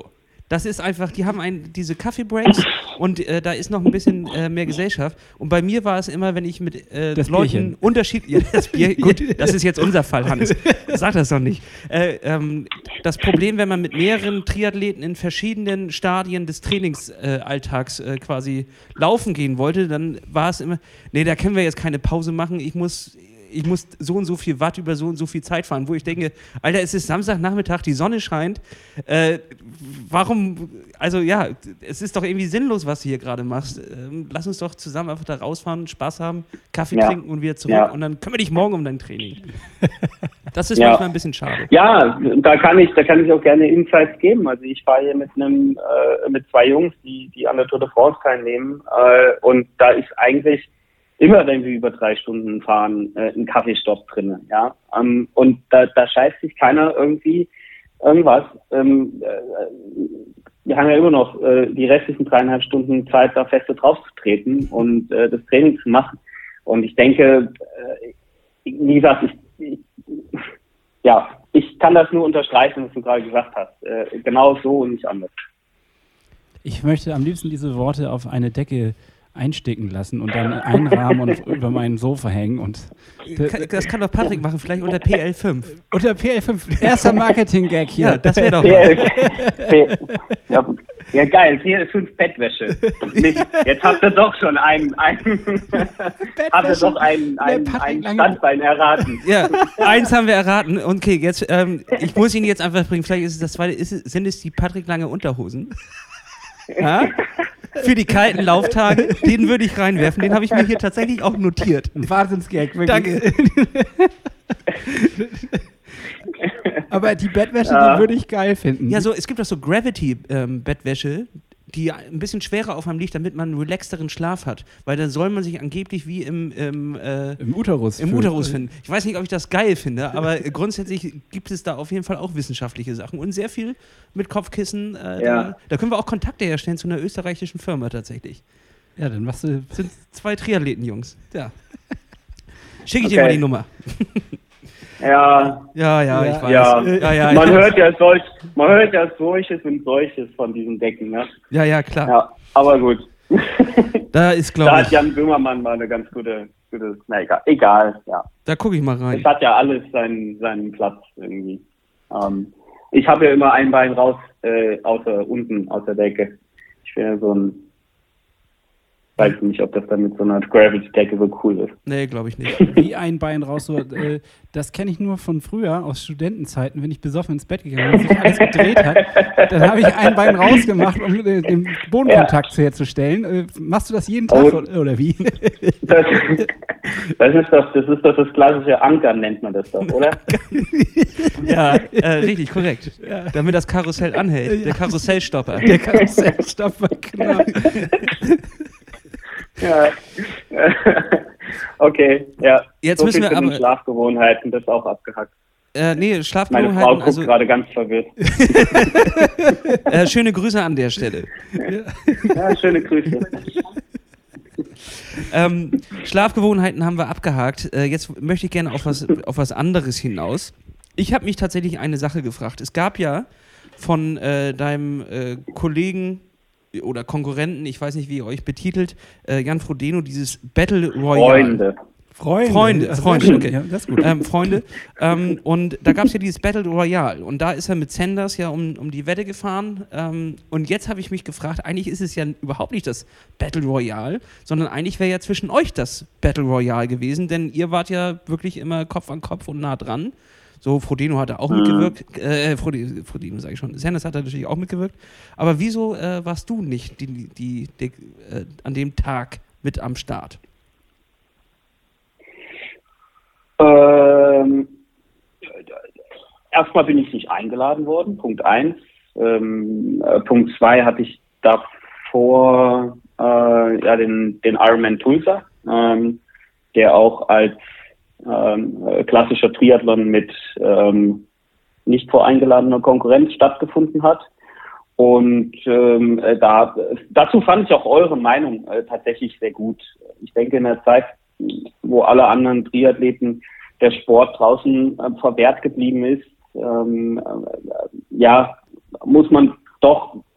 Das ist einfach, die haben ein, diese Kaffee-Breaks und äh, da ist noch ein bisschen äh, mehr Gesellschaft. Und bei mir war es immer, wenn ich mit äh, Leuten unterschiedlich. Ja, das Bier, gut, das ist jetzt unser Fall, Hannes. Sag das doch nicht. Äh, ähm, das Problem, wenn man mit mehreren Triathleten in verschiedenen Stadien des Trainingsalltags äh, äh, quasi laufen gehen wollte, dann war es immer, nee, da können wir jetzt keine Pause machen, ich muss. ich muss so und so viel Watt über so und so viel Zeit fahren, wo ich denke, Alter, es ist Samstagnachmittag, die Sonne scheint, äh, warum, also ja, es ist doch irgendwie sinnlos, was du hier gerade machst. Ähm, lass uns doch zusammen einfach da rausfahren, Spaß haben, Kaffee ja. trinken und wieder zurück ja. und dann kümmere dich morgen um dein Training. Das ist ja. manchmal ein bisschen schade. Ja, da kann ich, da kann ich auch gerne Insights geben. Also ich fahre hier mit einem, äh, mit zwei Jungs, die, die an der Tour de France teilnehmen, äh, und da ist eigentlich immer, wenn wir über drei Stunden fahren, äh, ein Kaffeestopp drin, ja. Ähm, und da, da scheißt sich keiner irgendwie irgendwas. Ähm, äh, wir haben ja immer noch äh, die restlichen dreieinhalb Stunden Zeit, da feste drauf zu treten und äh, das Training zu machen. Und ich denke, äh, wie gesagt, ich, ich, ja, ich kann das nur unterstreichen, was du gerade gesagt hast. Äh, genau so und nicht anders. Ich möchte am liebsten diese Worte auf eine Decke einstecken lassen und dann einrahmen und über mein Sofa hängen. Und das kann doch Patrick machen, vielleicht unter P L fünf. Unter P L fünf. Erster Marketing-Gag hier. Ja, das wäre doch was. Ja, ja, geil. P L fünf Bettwäsche. Nicht, jetzt habt ihr doch schon einen, einen habt ihr doch einen, einen, einen Standbein erraten. Ja, eins haben wir erraten. Okay, jetzt, ähm, ich muss ihn jetzt einfach bringen. Vielleicht ist es das zweite. Ist es, sind es die Patrick Lange Unterhosen? Ja? Für die kalten Lauftage, den würde ich reinwerfen. Den habe ich mir hier tatsächlich auch notiert. Ein Wahnsinnsgag, wirklich. Danke. Aber die Bettwäsche, ja. die würde ich geil finden. Ja, so, es gibt auch so Gravity-Bettwäsche, ähm, die ein bisschen schwerer auf einem liegt, damit man einen relaxteren Schlaf hat. Weil dann soll man sich angeblich wie im, im, äh, Im Uterus, im Uterus finden. Ich weiß nicht, ob ich das geil finde, aber grundsätzlich gibt es da auf jeden Fall auch wissenschaftliche Sachen und sehr viel mit Kopfkissen. Äh, ja. da, da können wir auch Kontakte herstellen zu einer österreichischen Firma tatsächlich. Ja, dann machst du... Das sind zwei Triathleten-Jungs. Ja. Schicke ich okay. dir mal die Nummer. Ja, ja, ja, ich weiß. Ja. Ja, ja, man, hört ja solch, man hört ja solches und solches von diesen Decken, ne? Ja, ja, klar. Ja, aber gut. Da ist, glaube ich... Da hat Jan Böhmermann mal eine ganz gute... gute na egal, egal, ja. Da gucke ich mal rein. Es hat ja alles seinen, seinen Platz irgendwie. Ähm, ich habe ja immer ein Bein raus, äh, außer unten, aus der Decke. Ich bin ja so ein... weiß nicht, ob das dann mit so einer Gravity-Decke so cool ist. Nee, glaube ich nicht. Wie ein Bein raus, so, äh, das kenne ich nur von früher, aus Studentenzeiten, wenn ich besoffen ins Bett gegangen bin und sich alles gedreht hat, dann habe ich ein Bein rausgemacht, um äh, den Bodenkontakt ja. herzustellen. Äh, machst du das jeden Tag oh, oder, oder wie? Das, das, ist doch, das ist doch das klassische Ankern, nennt man das doch, oder? Ja, äh, richtig, korrekt. Ja. Damit das Karussell anhält. Der Karussellstopper. Der Karussellstopper, genau. Ja, okay, ja. Jetzt so müssen viel wir für aber Schlafgewohnheiten, das ist auch abgehackt. Äh, nee, Schlafgewohnheiten. Meine Frau guckt also, gerade ganz verwirrt. äh, schöne Grüße an der Stelle. Ja, schöne Grüße. ähm, Schlafgewohnheiten haben wir abgehakt. Äh, jetzt möchte ich gerne auf was, auf was anderes hinaus. Ich habe mich tatsächlich eine Sache gefragt. Es gab ja von äh, deinem äh, Kollegen oder Konkurrenten, ich weiß nicht, wie ihr euch betitelt, äh, Jan Frodeno, dieses Battle Royale. Freunde. Freunde, Freunde, also Freunde, okay. Ja, das ist gut. Ähm, Freunde. Ähm, und da gab es ja dieses Battle Royale. Und da ist er mit Sanders ja um, um die Wette gefahren. Ähm, und jetzt habe ich mich gefragt, eigentlich ist es ja überhaupt nicht das Battle Royale, sondern eigentlich wäre ja zwischen euch das Battle Royale gewesen, denn ihr wart ja wirklich immer Kopf an Kopf und nah dran. So, Frodeno hat da auch mhm. mitgewirkt. Äh, Frodeno, Frodeno sage ich schon. Sanders hat da natürlich auch mitgewirkt. Aber wieso äh, warst du nicht die, die, die, äh, an dem Tag mit am Start? Ähm, erstmal bin ich nicht eingeladen worden, Punkt eins. Ähm, äh, Punkt zwei hatte ich davor äh, ja, den, den Ironman Tulsa, ähm, der auch als ähm, klassischer Triathlon mit ähm, nicht voreingeladener Konkurrenz stattgefunden hat. Und ähm, da, dazu fand ich auch eure Meinung äh, tatsächlich sehr gut. Ich denke, in der Zeit, wo alle anderen Triathleten der Sport draußen äh, verwehrt geblieben ist, ähm, äh, ja, muss man doch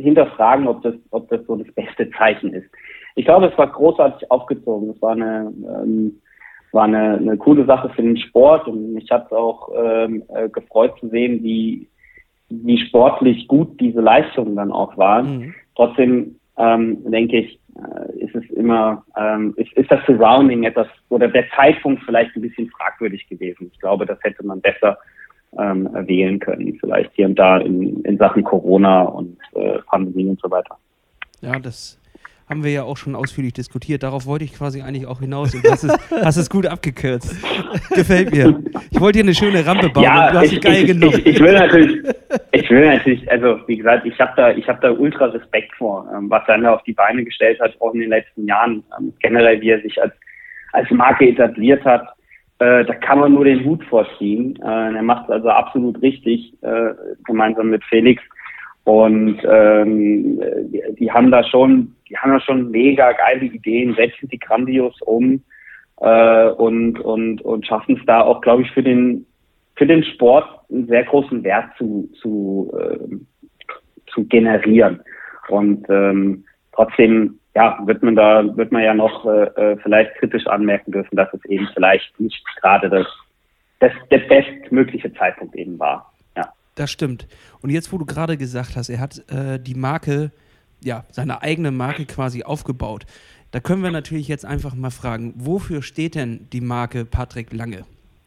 hinterfragen, ob das, ob das so das beste Zeichen ist. Ich glaube, es war großartig aufgezogen. Es war eine, ähm, war eine, eine coole Sache für den Sport und mich hat es auch ähm, äh, gefreut zu sehen, wie, wie sportlich gut diese Leistungen dann auch waren. Mhm. Trotzdem ähm, denke ich, äh, ist es immer, ähm, ist, ist das Surrounding etwas oder der Zeitpunkt vielleicht ein bisschen fragwürdig gewesen. Ich glaube, das hätte man besser ähm, wählen können, vielleicht hier und da in, in Sachen Corona und äh, Pandemie und so weiter. Ja, das haben wir ja auch schon ausführlich diskutiert. Darauf wollte ich quasi eigentlich auch hinaus. Und du hast es, hast es gut abgekürzt. Gefällt mir. Ich wollte hier eine schöne Rampe bauen ja, und du hast ich, sie geil ich, genommen. Ich, ich will natürlich, ich will natürlich, also wie gesagt, ich habe da, ich habe da ultra Respekt vor, ähm, was er da auf die Beine gestellt hat, auch in den letzten Jahren. Ähm, generell, wie er sich als, als Marke etabliert hat, äh, da kann man nur den Hut vorziehen. Äh, er macht es also absolut richtig, äh, gemeinsam mit Felix. Und ähm, die, die haben da schon, die haben da schon mega geile Ideen, setzen die grandios um äh, und und und schaffen es da auch, glaube ich, für den für den Sport einen sehr großen Wert zu zu äh, zu generieren. Und ähm, trotzdem, ja, wird man da wird man ja noch äh, vielleicht kritisch anmerken dürfen, dass es eben vielleicht nicht gerade das, das der bestmögliche Zeitpunkt eben war. Das stimmt. Und jetzt, wo du gerade gesagt hast, er hat äh, die Marke, ja, seine eigene Marke quasi aufgebaut. Da können wir natürlich jetzt einfach mal fragen, wofür steht denn die Marke Patrick Lange?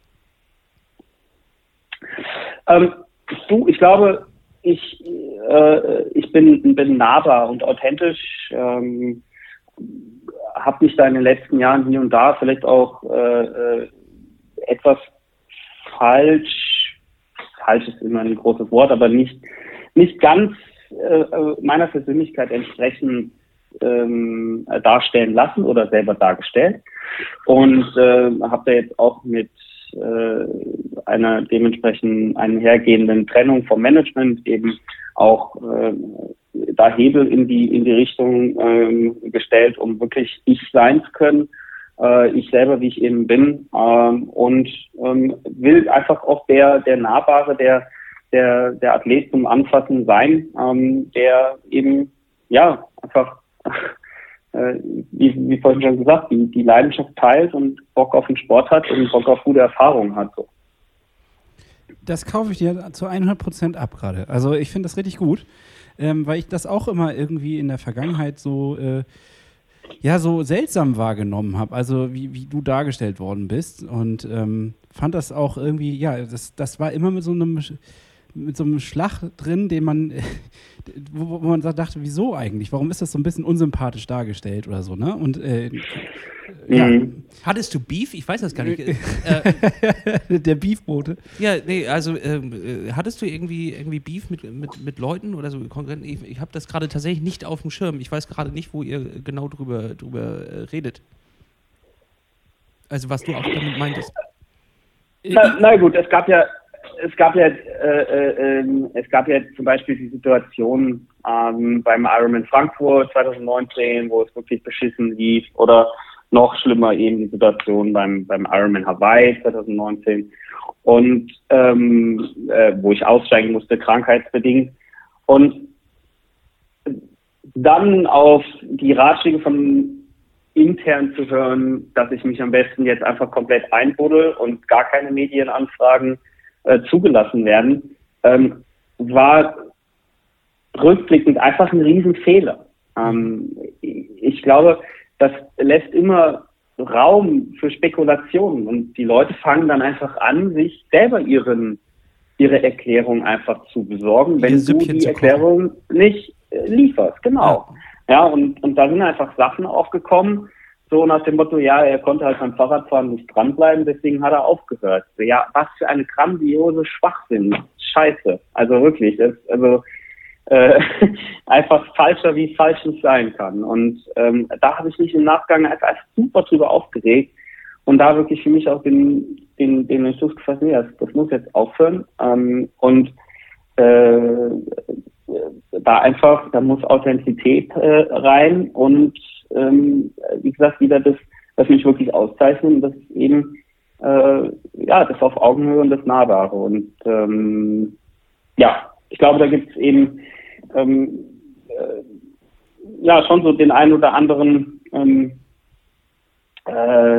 Ähm, du, ich glaube, ich, äh, ich bin, bin nahbar und authentisch, ähm, habe mich da in den letzten Jahren hier und da vielleicht auch äh, äh, etwas falsch falsch ist immer ein großes Wort, aber nicht nicht ganz äh, meiner Persönlichkeit entsprechend ähm, darstellen lassen oder selber dargestellt. Und äh, habe da jetzt auch mit äh, einer dementsprechend einhergehenden Trennung vom Management eben auch äh, da Hebel in die in die Richtung äh, gestellt, um wirklich ich sein zu können. Ich selber, wie ich eben bin, ähm, und ähm, will einfach auch der der Nahbare, der der der Athlet zum Anfassen sein, ähm, der eben ja einfach äh, wie, wie vorhin schon gesagt, die die Leidenschaft teilt und Bock auf den Sport hat und Bock auf gute Erfahrungen hat. So. Das kaufe ich dir zu hundert Prozent ab gerade. Also ich finde das richtig gut, ähm, weil ich das auch immer irgendwie in der Vergangenheit so äh, ja, so seltsam wahrgenommen habe, also wie, wie du dargestellt worden bist und ähm, fand das auch irgendwie, ja, das, das war immer mit so einem mit so einem Schlag drin, den man, wo, wo man dachte, wieso eigentlich? Warum ist das so ein bisschen unsympathisch dargestellt oder so, ne? Und äh, ja. Mhm. Hattest du Beef? Ich weiß das gar nicht. äh, Der Beefbote. Ja, nee, also äh, hattest du irgendwie, irgendwie Beef mit, mit, mit Leuten oder so Konkurrenten? Ich, ich habe das gerade tatsächlich nicht auf dem Schirm. Ich weiß gerade nicht, wo ihr genau drüber, drüber äh, redet. Also was du auch damit meintest. Na, na gut, es gab ja es gab ja äh, äh, es gab ja zum Beispiel die Situation ähm, beim Ironman Frankfurt zwanzig neunzehn, wo es wirklich beschissen lief, oder noch schlimmer eben die Situation beim beim Ironman Hawaii zwanzig neunzehn und ähm, äh, wo ich aussteigen musste, krankheitsbedingt. Und dann auf die Ratschläge von intern zu hören, dass ich mich am besten jetzt einfach komplett einbuddel und gar keine Medienanfragen äh, zugelassen werden, ähm, war rückblickend einfach ein Riesenfehler. Ähm, ich glaube, das lässt immer Raum für Spekulationen und die Leute fangen dann einfach an, sich selber ihren ihre Erklärung einfach zu besorgen, wenn du die Erklärung nicht äh, lieferst. Genau. Ja, ja und, und da sind einfach Sachen aufgekommen, so nach dem Motto, ja, er konnte halt beim Fahrradfahren nicht dranbleiben, deswegen hat er aufgehört. Ja, was für eine grandiose Schwachsinn. Scheiße. Also wirklich, das, also äh, einfach falscher, wie falsch es sein kann. Und ähm, da habe ich mich im Nachgang einfach, einfach super drüber aufgeregt und da wirklich für mich auch den, den, den Entschluss gefasst, nee, das, das muss jetzt aufhören. Ähm, und äh, da einfach, da muss Authentizität äh, rein und ähm, wie gesagt, wieder das, was mich wirklich auszeichnet, und das ist eben äh, ja, das auf Augenhöhe und das Nahbare. Und ähm, ja, ich glaube, da gibt es eben ähm, ja schon so den einen oder anderen ähm, äh,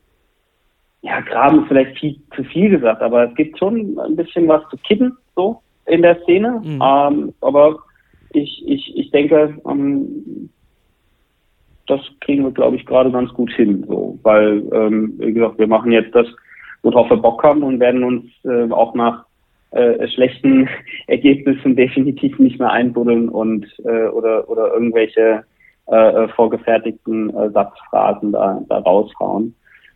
ja, Graben ist vielleicht viel, zu viel gesagt, aber es gibt schon ein bisschen was zu kippen, so in der Szene. Mhm. Ähm, aber ich, ich, ich denke, ähm, das kriegen wir, glaube ich, gerade ganz gut hin, so, weil, ähm, wie gesagt, wir machen jetzt das, worauf wir Bock haben und werden uns äh, auch nach äh, schlechten Ergebnissen definitiv nicht mehr einbuddeln und äh, oder oder irgendwelche äh, vorgefertigten äh, Satzphrasen da, da raushauen.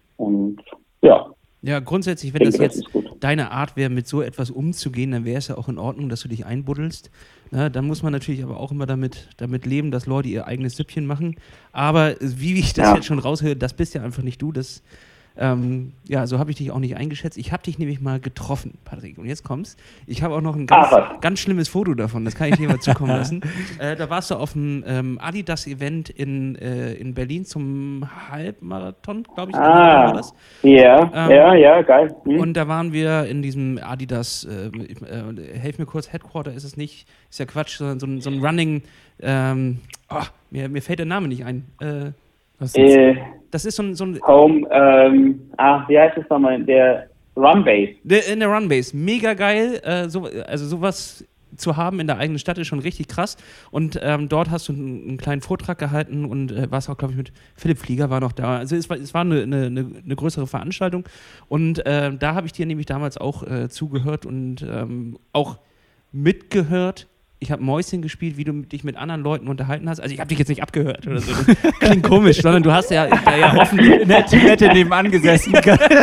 Und ja. Ja, grundsätzlich, wenn das jetzt deine Art wäre, mit so etwas umzugehen, dann wäre es ja auch in Ordnung, dass du dich einbuddelst. Na, dann muss man natürlich aber auch immer damit, damit leben, dass Leute ihr eigenes Süppchen machen. Aber wie ich das ja. jetzt schon raushöre, das bist ja einfach nicht du. Das, ähm, ja, so habe ich dich auch nicht eingeschätzt. Ich habe dich nämlich mal getroffen, Patrick. Und jetzt kommt's. Ich habe auch noch ein ganz, ganz schlimmes Foto davon. Das kann ich dir mal zukommen lassen. Äh, da warst du auf einem ähm, Adidas-Event in, äh, in Berlin zum Halbmarathon, glaube ich. Ah, war das. Ja, ähm, ja, ja, geil. Hm. Und da waren wir in diesem Adidas, äh, äh, helf mir kurz, Headquarter ist es nicht, ist ja Quatsch, sondern so ein, so ein Running, ähm, oh, mir, mir fällt der Name nicht ein. Äh, Was ist äh, das ist so ein... So ein Home, ähm, ah, wie heißt das nochmal? Der Runbase. Der, in der Runbase. Mega geil. Äh, so, also sowas zu haben in der eigenen Stadt ist schon richtig krass. Und ähm, dort hast du einen, einen kleinen Vortrag gehalten und äh, warst auch, glaube ich, mit Philipp Flieger war noch da. Also es war, es war eine, eine, eine größere Veranstaltung. Und äh, da habe ich dir nämlich damals auch äh, zugehört und ähm, auch mitgehört. Ich habe Mäuschen gespielt, wie du dich mit anderen Leuten unterhalten hast. Also ich habe dich jetzt nicht abgehört oder so. Das klingt komisch, sondern du hast ja, da ja offen in der Toilette nebenan gesessen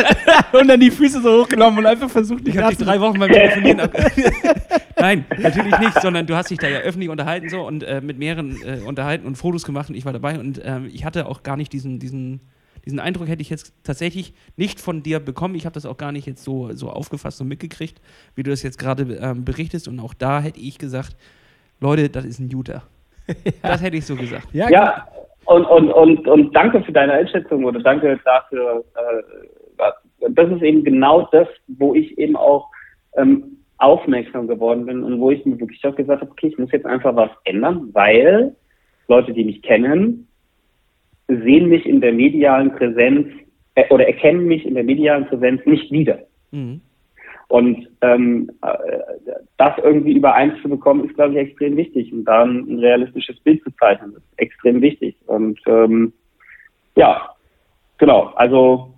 und dann die Füße so hochgenommen und einfach versucht, ich habe dich drei Wochen beim Telefonieren ab. Nein, natürlich nicht, sondern du hast dich da ja öffentlich unterhalten so und äh, mit mehreren äh, unterhalten und Fotos gemacht und ich war dabei und ähm, ich hatte auch gar nicht diesen, diesen, diesen Eindruck hätte ich jetzt tatsächlich nicht von dir bekommen. Ich habe das auch gar nicht jetzt so, so aufgefasst und mitgekriegt, wie du das jetzt gerade ähm, berichtest. Und auch da hätte ich gesagt, Leute, das ist ein Juter. Ja. Das hätte ich so gesagt. Ja, ja und, und, und, und danke für deine Einschätzung oder danke dafür. Äh, das ist eben genau das, wo ich eben auch ähm, aufmerksam geworden bin und wo ich mir wirklich auch gesagt habe, okay, ich muss jetzt einfach was ändern, weil Leute, die mich kennen, sehen mich in der medialen Präsenz äh, oder erkennen mich in der medialen Präsenz nicht wieder. Mhm. Und ähm, äh, das irgendwie übereins zu bekommen, ist, glaube ich, extrem wichtig. Und da ein, ein realistisches Bild zu zeichnen, ist extrem wichtig. Und ähm, ja, genau, also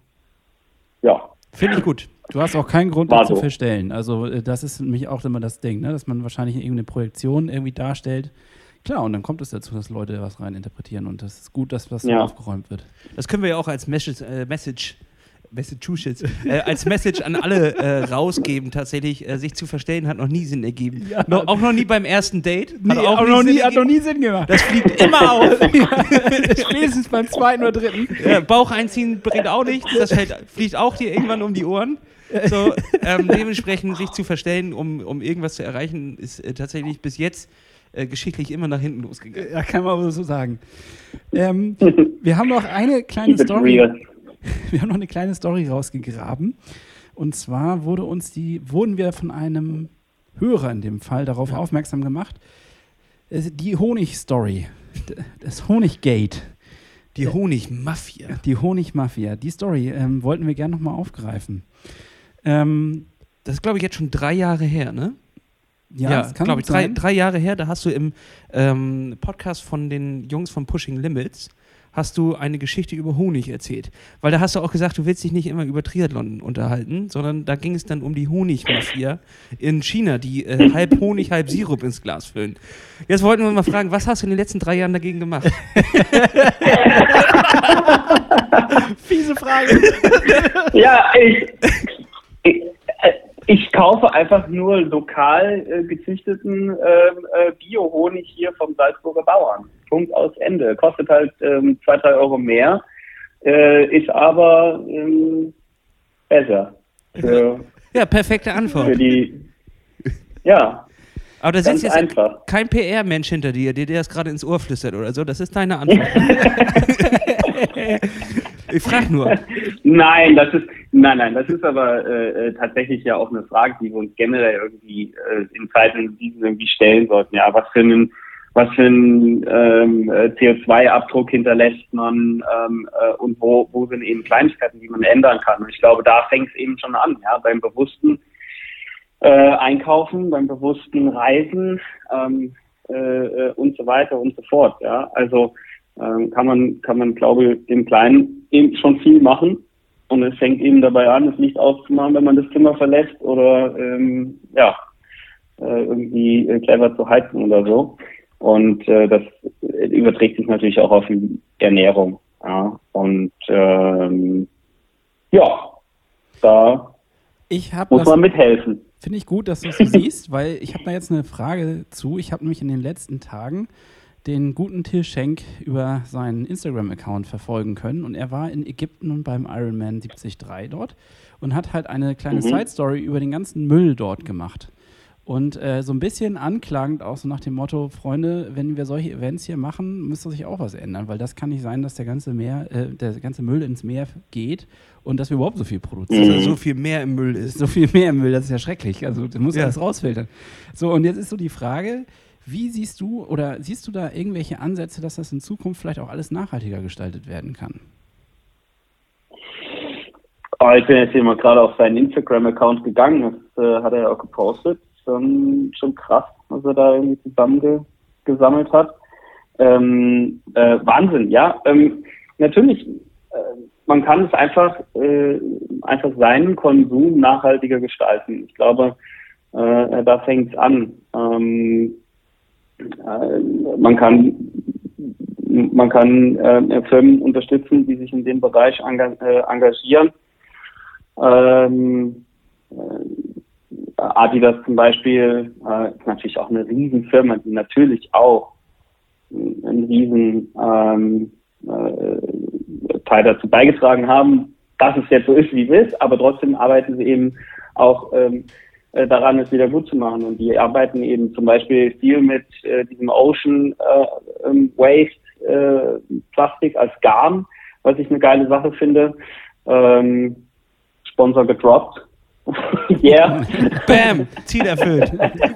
ja. Finde ich gut. Du hast auch keinen Grund, das so zu verstellen. Also das ist nämlich auch immer das Ding, ne? Dass man wahrscheinlich irgendeine Projektion irgendwie darstellt. Klar, und dann kommt es dazu, dass Leute was reininterpretieren und das ist gut, dass was ja. aufgeräumt wird. Das können wir ja auch als Message, äh, Message, Massachusetts, äh, als Message an alle äh, rausgeben, tatsächlich. Äh, sich zu verstellen hat noch nie Sinn ergeben. Ja. No, auch noch nie beim ersten Date. Nee, hat auch, auch noch nie, hat noch nie Sinn gemacht. Das fliegt immer auf. Spätestens beim zweiten oder dritten. Ja, Bauch einziehen bringt auch nichts. Das fällt, fliegt auch dir irgendwann um die Ohren. So, ähm, dementsprechend sich zu verstellen, um, um irgendwas zu erreichen, ist äh, tatsächlich bis jetzt Äh, geschichtlich immer nach hinten losgegangen. Ja, kann man aber so sagen. Ähm, wir haben noch eine kleine Story. Wir haben noch eine kleine Story rausgegraben. Und zwar wurde uns die, wurden wir von einem Hörer in dem Fall darauf ja. aufmerksam gemacht. Die Honig-Story. Das Honiggate. Die Honigmafia. Die Honigmafia. Die Story ähm, wollten wir gerne nochmal aufgreifen. Ähm, das ist, glaube ich, jetzt schon drei Jahre her, ne? Ja, ja glaube ich, drei, drei Jahre her, da hast du im ähm, Podcast von den Jungs von Pushing Limits, hast du eine Geschichte über Honig erzählt. Weil da hast du auch gesagt, du willst dich nicht immer über Triathlon unterhalten, sondern da ging es dann um die Honigmafia in China, die äh, halb Honig, halb Sirup ins Glas füllen. Jetzt wollten wir mal fragen, was hast du in den letzten drei Jahren dagegen gemacht? Fiese Frage. Ja, ich... ich Ich kaufe einfach nur lokal äh, gezüchteten äh, äh, Bio-Honig hier vom Salzburger Bauern. Punkt, aus Ende. Kostet halt ähm, zwei, drei Euro mehr, äh, ist aber ähm, besser. Für, ja, perfekte Antwort. Für die, ja. Aber da sitzt jetzt einfach kein P R-Mensch hinter dir, der dir das gerade ins Ohr flüstert oder so. Das ist deine Antwort. Ich frage nur. Nein, das ist nein, nein, das ist aber äh, tatsächlich ja auch eine Frage, die wir uns generell irgendwie äh, in Zeiten wie diesen irgendwie stellen sollten. Ja, was für einen was für einen ähm, C O zwei Abdruck hinterlässt man ähm, äh, und wo, wo sind eben Kleinigkeiten, die man ändern kann. Und ich glaube, da fängt es eben schon an, ja, beim bewussten äh, Einkaufen, beim bewussten Reisen ähm, äh, und so weiter und so fort. Ja, also ähm, kann man, kann man, glaube ich, im Kleinen eben schon viel machen. Und es fängt eben dabei an, das Licht auszumachen, wenn man das Zimmer verlässt oder ähm, ja äh, irgendwie äh, clever zu heizen oder so. Und äh, das überträgt sich natürlich auch auf die Ernährung. Ja. Und ähm, ja, da ich hab muss das, man mithelfen. Finde ich gut, dass du es so siehst, weil ich habe da jetzt eine Frage zu. Ich habe nämlich in den letzten Tagen den guten Till Schenk über seinen Instagram-Account verfolgen können. Und er war in Ägypten und beim Ironman siebzig Komma drei dort und hat halt eine kleine mhm. Side-Story über den ganzen Müll dort gemacht. Und äh, so ein bisschen anklagend auch so nach dem Motto, Freunde, wenn wir solche Events hier machen, müsste sich auch was ändern, weil das kann nicht sein, dass der ganze Meer, äh, der ganze Müll ins Meer geht und dass wir überhaupt so viel produzieren. Dass also so viel mehr im Müll ist. So viel mehr im Müll, das ist ja schrecklich. Also das muss ja alles rausfiltern. So, und jetzt ist so die Frage, wie siehst du oder siehst du da irgendwelche Ansätze, dass das in Zukunft vielleicht auch alles nachhaltiger gestaltet werden kann? Oh, ich bin jetzt hier mal gerade auf seinen Instagram-Account gegangen, das äh, hat er ja auch gepostet. Schon, schon krass, was er da irgendwie zusammengesammelt hat. Ähm, äh, Wahnsinn, ja. Ähm, natürlich, äh, man kann es einfach, äh, einfach seinen Konsum nachhaltiger gestalten. Ich glaube, äh, da fängt es an. Ähm, äh, man kann, man kann äh, Firmen unterstützen, die sich in dem Bereich enga- äh, engagieren. Ähm, äh, Adidas zum Beispiel äh, ist natürlich auch eine Riesenfirma, die natürlich auch einen riesen ähm, äh, Teil dazu beigetragen haben, dass es jetzt so ist, wie es ist, aber trotzdem arbeiten sie eben auch ähm, äh, daran, es wieder gut zu machen. Und die arbeiten eben zum Beispiel viel mit äh, diesem Ocean äh, Waste äh, Plastik als Garn, was ich eine geile Sache finde. Ähm, Sponsor gedroppt. Yeah. Bam, Ziel erfüllt.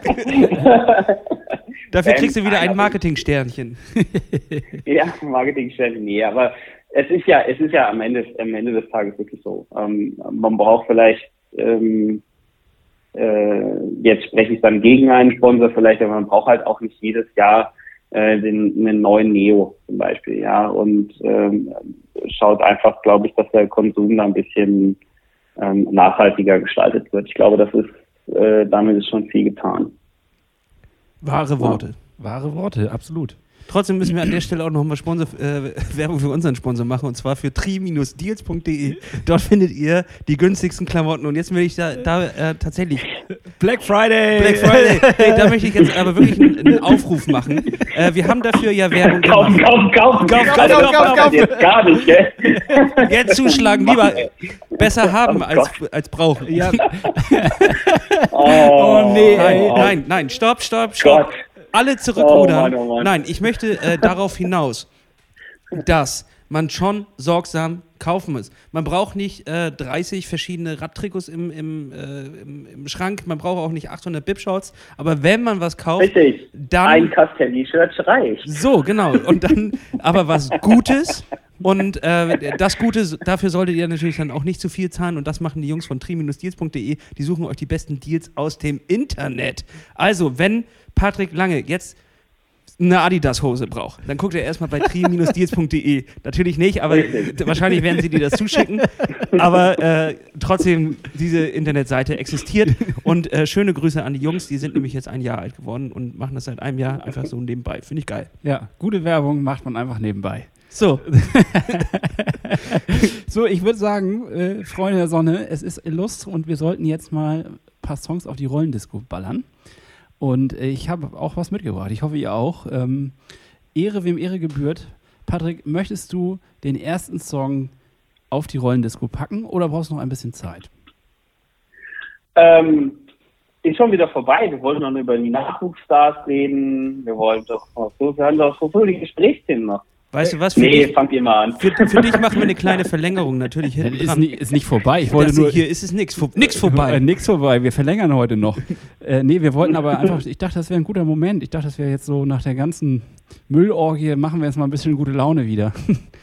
Dafür kriegst du wieder ein Marketingsternchen. Ja, Marketingsternchen, nee, aber es ist ja, es ist ja am Ende, am Ende des Tages wirklich so. Ähm, man braucht vielleicht, ähm, äh, jetzt spreche ich dann gegen einen Sponsor vielleicht, aber man braucht halt auch nicht jedes Jahr äh, den, einen neuen Neo zum Beispiel, ja, und ähm, schaut einfach, glaube ich, dass der Konsum da ein bisschen Ähm, nachhaltiger gestaltet wird. Ich glaube, das ist, äh, damit ist schon viel getan. Wahre Worte. Ja. Wahre Worte, absolut. Trotzdem müssen wir an der Stelle auch nochmal Sponsor, äh, Werbung für unseren Sponsor machen, und zwar für tri Bindestrich deals Punkt de. Dort findet ihr die günstigsten Klamotten. Und jetzt will ich da, da äh, tatsächlich... Black Friday! Black Friday! Hey, da möchte ich jetzt aber wirklich einen, einen Aufruf machen. Äh, wir haben dafür ja Werbung kauf, gemacht. Kauf, kauf, kauf! Kauf, also, kauf, kauf, kauf! Jetzt gar nicht, gell? Jetzt zuschlagen, lieber besser haben oh als, als brauchen. Ja. oh, oh nee, nein, oh. nein, nein, stopp, stopp, stopp. Gott. Alle zurückrudern. Oh Mann, oh Mann. Nein, ich möchte äh, darauf hinaus, dass man schon sorgsam kaufen muss. Man braucht nicht äh, dreißig verschiedene Radtrikots im, im, äh, im, im Schrank, man braucht auch nicht achthundert Bip-Shorts, aber wenn man was kauft, Richtig. dann... Ein Castelli-Shirt reicht. So, genau. Und dann aber was Gutes. Und äh, das Gute, dafür solltet ihr natürlich dann auch nicht zu viel zahlen. Und das machen die Jungs von tri Bindestrich deals Punkt de. Die suchen euch die besten Deals aus dem Internet. Also, wenn Patrick Lange jetzt eine Adidas-Hose braucht, dann guckt er erstmal bei tri Bindestrich deals Punkt de. Natürlich nicht, aber wahrscheinlich werden sie dir das zuschicken. Aber äh, trotzdem, diese Internetseite existiert. Und äh, schöne Grüße an die Jungs, die sind nämlich jetzt ein Jahr alt geworden und machen das seit einem Jahr einfach so nebenbei. Finde ich geil. Ja, gute Werbung macht man einfach nebenbei. So. So, ich würde sagen, äh, Freunde der Sonne, es ist Lust und wir sollten jetzt mal ein paar Songs auf die Rollendisco ballern. Und äh, ich habe auch was mitgebracht. Ich hoffe, ihr auch. Ähm, Ehre, wem Ehre gebührt. Patrick, möchtest du den ersten Song auf die Rollendisco packen oder brauchst du noch ein bisschen Zeit? Ähm, ist schon wieder vorbei. Wir wollten noch über die Nachwuchsstars reden. Wir wollen doch noch so, wir haben doch so viele Gesprächsthemen noch. Weißt du was? Für nee, dich, fangt ihr mal an. Für, für dich machen wir eine kleine Verlängerung natürlich hinten ist, dran. nicht, ist nicht vorbei. Ich wollte Das nur, hier ist es nichts nix vorbei. Äh, nix vorbei. Wir verlängern heute noch. äh, nee, wir wollten aber einfach, ich dachte, das wäre ein guter Moment. Ich dachte, das wäre jetzt so nach der ganzen Müllorgie, machen wir jetzt mal ein bisschen gute Laune wieder.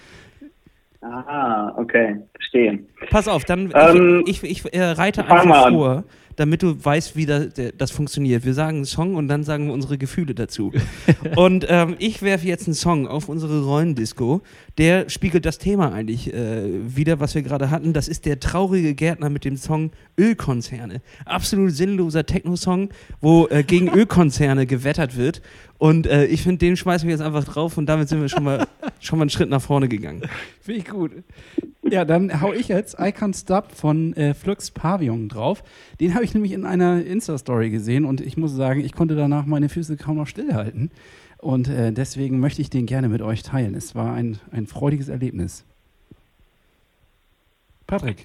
Ah, okay, verstehe. Pass auf, dann Ähm, ich, ich, ich äh, reite fang mal einfach an. vor, damit du weißt, wie da, der, das funktioniert. Wir sagen einen Song und dann sagen wir unsere Gefühle dazu. Und ähm, ich werfe jetzt einen Song auf unsere Rollendisco, der spiegelt das Thema eigentlich äh, wieder, was wir gerade hatten. Das ist der traurige Gärtner mit dem Song Ölkonzerne. Absolut sinnloser Techno-Song, wo äh, gegen Ölkonzerne gewettert wird. Und äh, ich finde, den schmeißen wir jetzt einfach drauf und damit sind wir schon mal, schon mal einen Schritt nach vorne gegangen. Finde ich gut. Ja, dann hau ich jetzt I Can't Stop von äh, Flux Pavillon drauf. Den habe ich nämlich in einer Insta-Story gesehen und ich muss sagen, ich konnte danach meine Füße kaum noch stillhalten. Und äh, deswegen möchte ich den gerne mit euch teilen. Es war ein, ein freudiges Erlebnis. Patrick.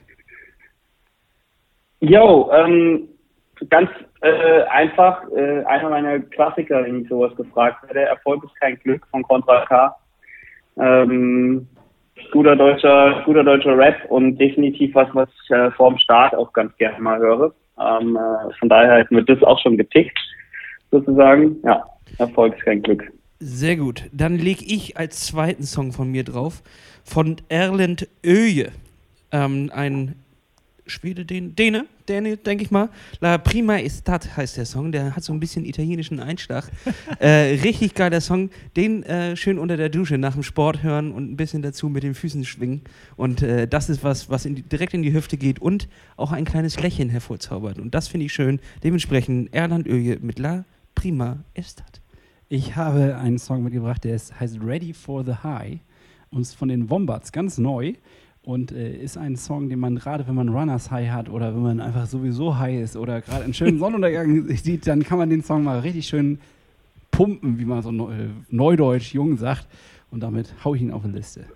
Jo, ähm, ganz äh, einfach, äh, einer meiner Klassiker, wenn ich sowas gefragt werde. Erfolg ist kein Glück von Contra K. Ähm, guter deutscher, guter deutscher Rap und definitiv was, was ich äh, vorm Start auch ganz gerne mal höre. Ähm, äh, von daher wird das auch schon getickt, sozusagen. Ja, Erfolg ist kein Glück. Sehr gut. Dann lege ich als zweiten Song von mir drauf, von Erlend Öje. Ähm, ein Schwede, Den, Däne, Däne, denke ich mal. La Prima Estat heißt der Song. Der hat so ein bisschen italienischen Einschlag. äh, richtig geiler Song. Den äh, schön unter der Dusche nach dem Sport hören und ein bisschen dazu mit den Füßen schwingen. Und äh, das ist was, was in die, direkt in die Hüfte geht und auch ein kleines Lächeln hervorzaubert. Und das finde ich schön. Dementsprechend Erland Öje mit La Prima Estat. Ich habe einen Song mitgebracht, der ist, heißt Ready for the High und ist von den Wombats, ganz neu. Und äh, ist ein Song, den man gerade, wenn man Runners High hat oder wenn man einfach sowieso high ist oder gerade einen schönen Sonnenuntergang sieht, dann kann man den Song mal richtig schön pumpen, wie man so neu, neudeutsch jung sagt. Und damit hau ich ihn auf die Liste.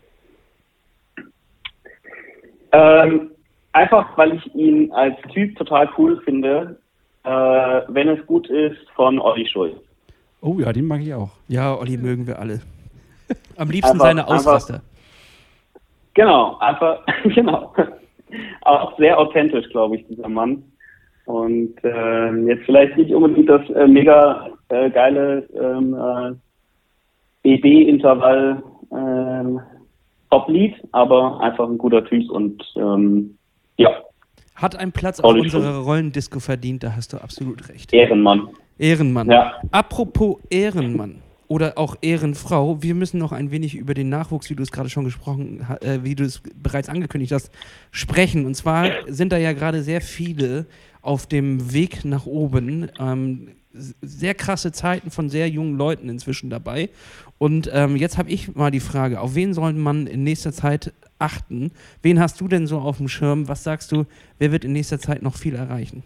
Ähm, einfach, weil ich ihn als Typ total cool finde, äh, wenn es gut ist, von Olli Schulz. Oh ja, den mag ich auch. Ja, Olli mögen wir alle. Am liebsten Einfach- seine Ausraster. einfach- Genau, einfach, genau. Auch sehr authentisch, glaube ich, dieser Mann. Und äh, jetzt vielleicht nicht unbedingt das äh, mega äh, geile ähm, äh, B B-Intervall ähm, Top-Lied, aber einfach ein guter Typ und ähm, ja, Hat einen Platz auf Olli unserer Rollendisco verdient, da hast du absolut recht. Ehrenmann. Ehrenmann. Ja. Apropos Ehrenmann oder auch Ehrenfrau, wir müssen noch ein wenig über den Nachwuchs, wie du es gerade schon gesprochen hast, äh, wie du es bereits angekündigt hast, sprechen. Und zwar sind da ja gerade sehr viele auf dem Weg nach oben. Ähm, sehr krasse Zeiten von sehr jungen Leuten inzwischen dabei. Und ähm, jetzt habe ich mal die Frage, auf wen sollte man in nächster Zeit achten? Wen hast du denn so auf dem Schirm? Was sagst du, wer wird in nächster Zeit noch viel erreichen?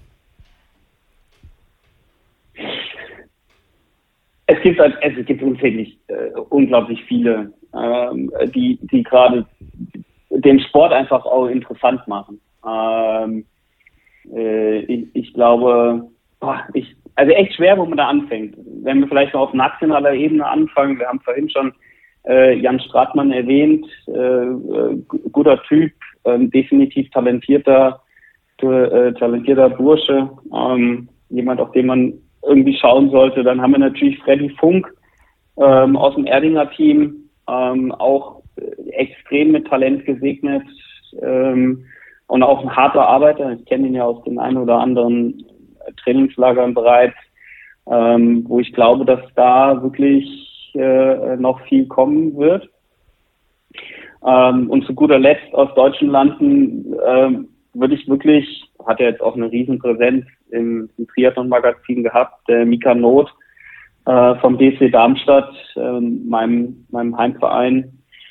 Es gibt, halt- es gibt unzählig, äh, unglaublich viele, ähm, die, die gerade den Sport einfach auch interessant machen. Ähm, äh, ich, ich glaube, boah, ich, also echt schwer, wo man da anfängt. Wenn wir vielleicht noch auf nationaler Ebene anfangen, wir haben vorhin schon äh, Jan Stratmann erwähnt, äh, äh, guter Typ, äh, definitiv talentierter, äh, talentierter Bursche, ähm, jemand, auf den man irgendwie schauen sollte. Dann haben wir natürlich Freddy Funk ähm, aus dem Erdinger Team, ähm, auch äh, extrem mit Talent gesegnet ähm, und auch ein harter Arbeiter. Ich kenne ihn ja aus den ein oder anderen Trainingslagern bereits, ähm, wo ich glaube, dass da wirklich äh, noch viel kommen wird. Ähm, und zu guter Letzt aus deutschen Landen ähm, würde ich wirklich, hat er jetzt auch eine Riesenpräsenz im, im Triathlon-Magazin gehabt, der Mika Not äh, vom D C Darmstadt, äh, meinem, meinem Heimverein,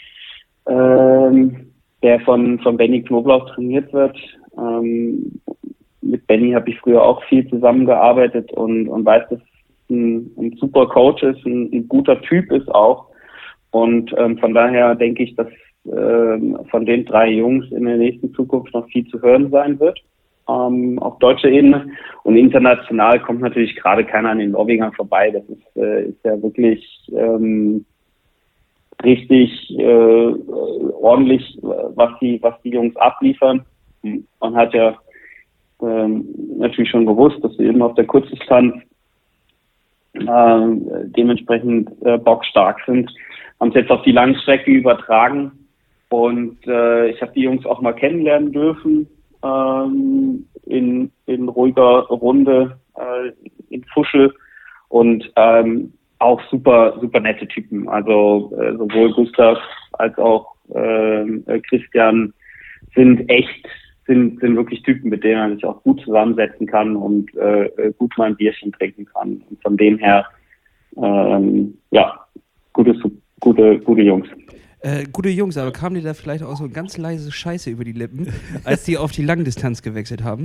ähm, der von, von Benny Knoblauch trainiert wird. Ähm, mit Benny habe ich früher auch viel zusammengearbeitet und, und weiß, dass ein, ein super Coach ist, ein, ein guter Typ ist auch. Und ähm, von daher denke ich, dass ähm, von den drei Jungs in der nächsten Zukunft noch viel zu hören sein wird. Ähm, auf deutscher Ebene. Und international kommt natürlich gerade keiner an den Norwegern vorbei. Das ist, äh, ist ja wirklich ähm, richtig äh, ordentlich, was die, was die Jungs abliefern. Man hat ja ähm, natürlich schon gewusst, dass sie eben auf der Kurzdistanz äh, dementsprechend äh, bockstark sind. Haben es jetzt auf die Langstrecke übertragen und äh, ich habe die Jungs auch mal kennenlernen dürfen ähm, in, in ruhiger Runde äh, in Fuschel und ähm, auch super, super nette Typen. Also äh, sowohl Gustav als auch äh, Christian sind echt, sind, sind wirklich Typen, mit denen man sich auch gut zusammensetzen kann und äh, gut mal ein Bierchen trinken kann. Und von dem her, ähm, ja, gute, gute, gute Jungs. Äh, gute Jungs, aber kam dir da vielleicht auch so ganz leise Scheiße über die Lippen, als die auf die Langdistanz gewechselt haben?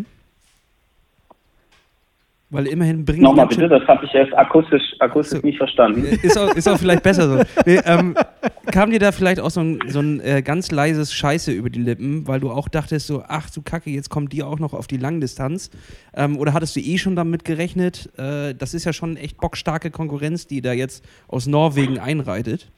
Weil immerhin bringen Nochmal bitte, das habe ich erst akustisch, akustisch so, nicht verstanden. Ist auch, ist auch vielleicht besser so. Nee, ähm, kam dir da vielleicht auch so ein, so ein äh, ganz leises Scheiße über die Lippen, weil du auch dachtest so, ach du Kacke, jetzt kommt die auch noch auf die Langdistanz? Ähm, oder hattest du eh schon damit gerechnet? Äh, das ist ja schon echt bockstarke Konkurrenz, die da jetzt aus Norwegen einreitet.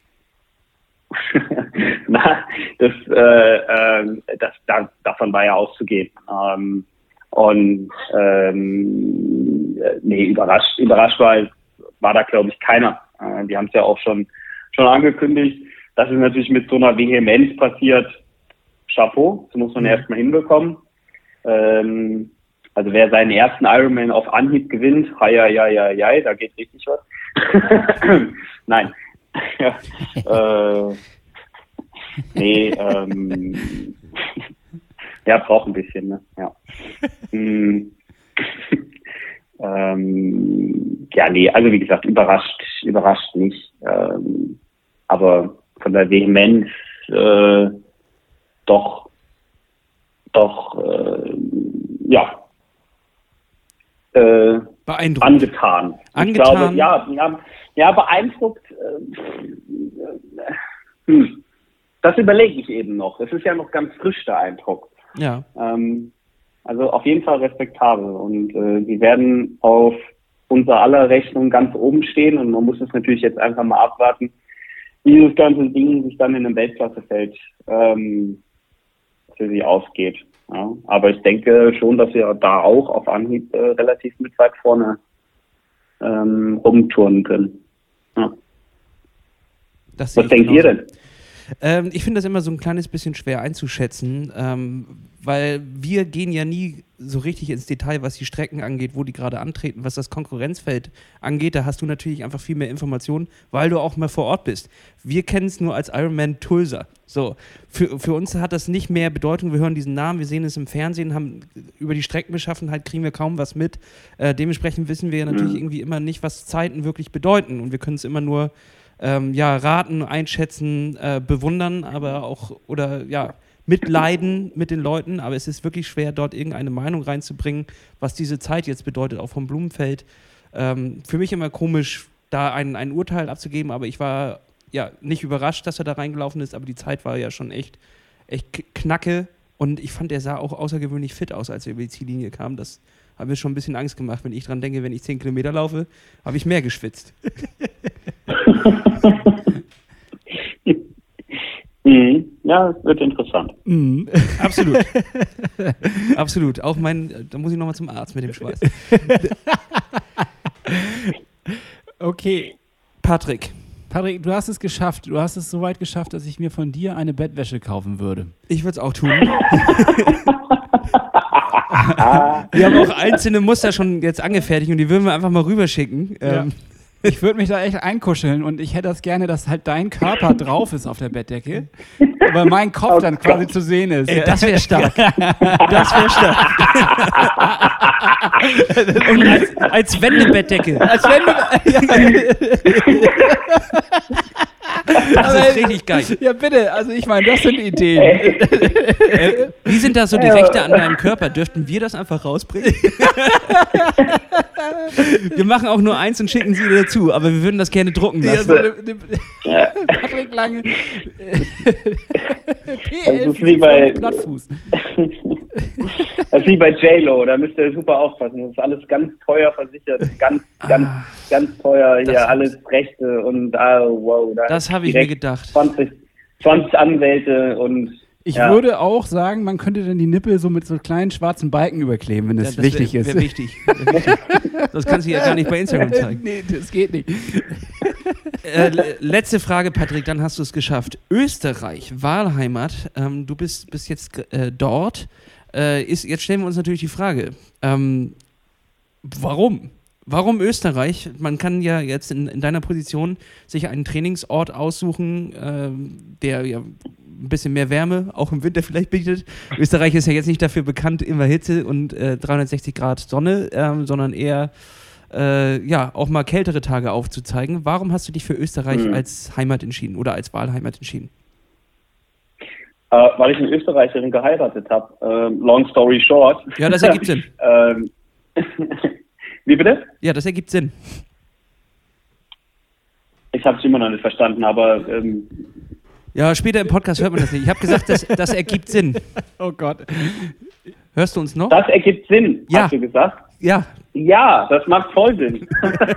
Na, das, äh, äh, das, da, davon war ja auszugehen. Ähm, Und ähm, nee, überrascht, überrascht war, war da, glaube ich, keiner. Äh, die haben es ja auch schon, schon angekündigt. Das ist natürlich mit so einer Vehemenz passiert. Chapeau, das muss man mhm. erstmal hinbekommen. Ähm, also wer seinen ersten Ironman auf Anhieb gewinnt, hei, hei, hei, hei, da geht richtig was. Nein. ja, äh, nee, ähm, ja, braucht ein bisschen, ne? Ja. hm. ähm, ja, nee, also wie gesagt, überrascht, überrascht nicht. Ähm, aber von der Vehemenz äh, doch, doch, äh, ja, äh, beeindruckt. Angetan. Angetan. Ich glaube, ja, ja, ja, beeindruckt. Äh, hm. Das überlege ich eben noch. Es ist ja noch ganz frisch, der Eindruck. Ja. Ähm, also auf jeden Fall respektabel. Und äh, die werden auf unser aller Rechnung ganz oben stehen. Und man muss es natürlich jetzt einfach mal abwarten, wie das ganze Ding sich dann in einem Weltklassefeld ähm, für sie ausgeht. Ja. Aber ich denke schon, dass wir da auch auf Anhieb äh, relativ mit weit vorne ähm, rumturnen können. Ja. Das Was denkt ihr denn? Ähm, ich finde das immer so ein kleines bisschen schwer einzuschätzen, ähm, weil wir gehen ja nie so richtig ins Detail, was die Strecken angeht, wo die gerade antreten, was das Konkurrenzfeld angeht. Da hast du natürlich einfach viel mehr Informationen, weil du auch mal vor Ort bist. Wir kennen es nur als Ironman Tulsa. So, für, für uns hat das nicht mehr Bedeutung. Wir hören diesen Namen, wir sehen es im Fernsehen, haben über die Streckenbeschaffenheit kriegen wir kaum was mit. Äh, dementsprechend wissen wir ja natürlich mhm. irgendwie immer nicht, was Zeiten wirklich bedeuten. Und wir können es immer nur Ähm, ja, raten, einschätzen, äh, bewundern, aber auch, oder ja, mitleiden mit den Leuten, aber es ist wirklich schwer, dort irgendeine Meinung reinzubringen, was diese Zeit jetzt bedeutet, auch vom Blumenfeld. Ähm, für mich immer komisch, da ein, ein Urteil abzugeben, aber ich war ja nicht überrascht, dass er da reingelaufen ist, aber die Zeit war ja schon echt, echt knacke und ich fand, er sah auch außergewöhnlich fit aus, als er über die Ziellinie kam. Das hat mir schon ein bisschen Angst gemacht, wenn ich dran denke, wenn ich zehn Kilometer laufe, habe ich mehr geschwitzt. Ja, es wird interessant. Mhm. Absolut. Absolut. Auch mein, da muss ich nochmal zum Arzt mit dem Schweiß. Okay. Patrick. Patrick, du hast es geschafft. Du hast es so weit geschafft, dass ich mir von dir eine Bettwäsche kaufen würde. Ich würde es auch tun. Wir haben auch einzelne Muster schon jetzt angefertigt und die würden wir einfach mal rüberschicken. Ja. Ähm. Ich würde mich da echt einkuscheln und ich hätte das gerne, dass halt dein Körper drauf ist auf der Bettdecke, aber mein Kopf oh dann quasi Gott. zu sehen ist. Ey, das wäre stark. Das wäre stark. Und als, als Wendebettdecke. Als Wendebettdecke. Das ist richtig geil. Ja, bitte. Also ich meine, das sind Ideen. Äh, wie sind da so die Rechte an deinem Körper? Dürften wir das einfach rausbringen? Wir machen auch nur eins und schicken sie dir dazu, aber wir würden das gerne drucken lassen. Ja, so, ne, ne, Patrick Lange. P L, das ist wie bei, Plattfuß. Das ist wie bei J-Lo, da müsst ihr super aufpassen. Das ist alles ganz teuer versichert, ganz, ganz, ah, ganz teuer hier, alles Rechte und ah, wow. Da das habe ich mir gedacht. zwanzig, zwanzig Anwälte und Ich ja. würde auch sagen, man könnte dann die Nippel so mit so kleinen schwarzen Balken überkleben, wenn das, ja, das wichtig wär, ist. Wär wichtig. Wär wichtig. Das kannst du ja gar nicht bei Instagram zeigen. Nee, das geht nicht. Äh, letzte Frage, Patrick, dann hast du es geschafft. Österreich, Wahlheimat, ähm, du bist, bist jetzt äh, dort. Äh, ist, jetzt stellen wir uns natürlich die Frage, ähm, warum? Warum Österreich? Man kann ja jetzt in, in deiner Position sich einen Trainingsort aussuchen, ähm, der ja ein bisschen mehr Wärme, auch im Winter vielleicht bietet. Österreich ist ja jetzt nicht dafür bekannt, immer Hitze und äh, dreihundertsechzig Grad Sonne, ähm, sondern eher äh, ja, auch mal kältere Tage aufzuzeigen. Warum hast du dich für Österreich mhm. als Heimat entschieden oder als Wahlheimat entschieden? Äh, weil ich eine Österreicherin geheiratet habe. Ähm, long story short. Ja, das ergibt Sinn. ähm, Wie bitte? Ja, das ergibt Sinn. Ich habe es immer noch nicht verstanden, aber ähm, ja, später im Podcast hört man das nicht. Ich habe gesagt, das, das ergibt Sinn. Oh Gott. Hörst du uns noch? Das ergibt Sinn, ja. Hast du gesagt? Ja. Ja, das macht voll Sinn.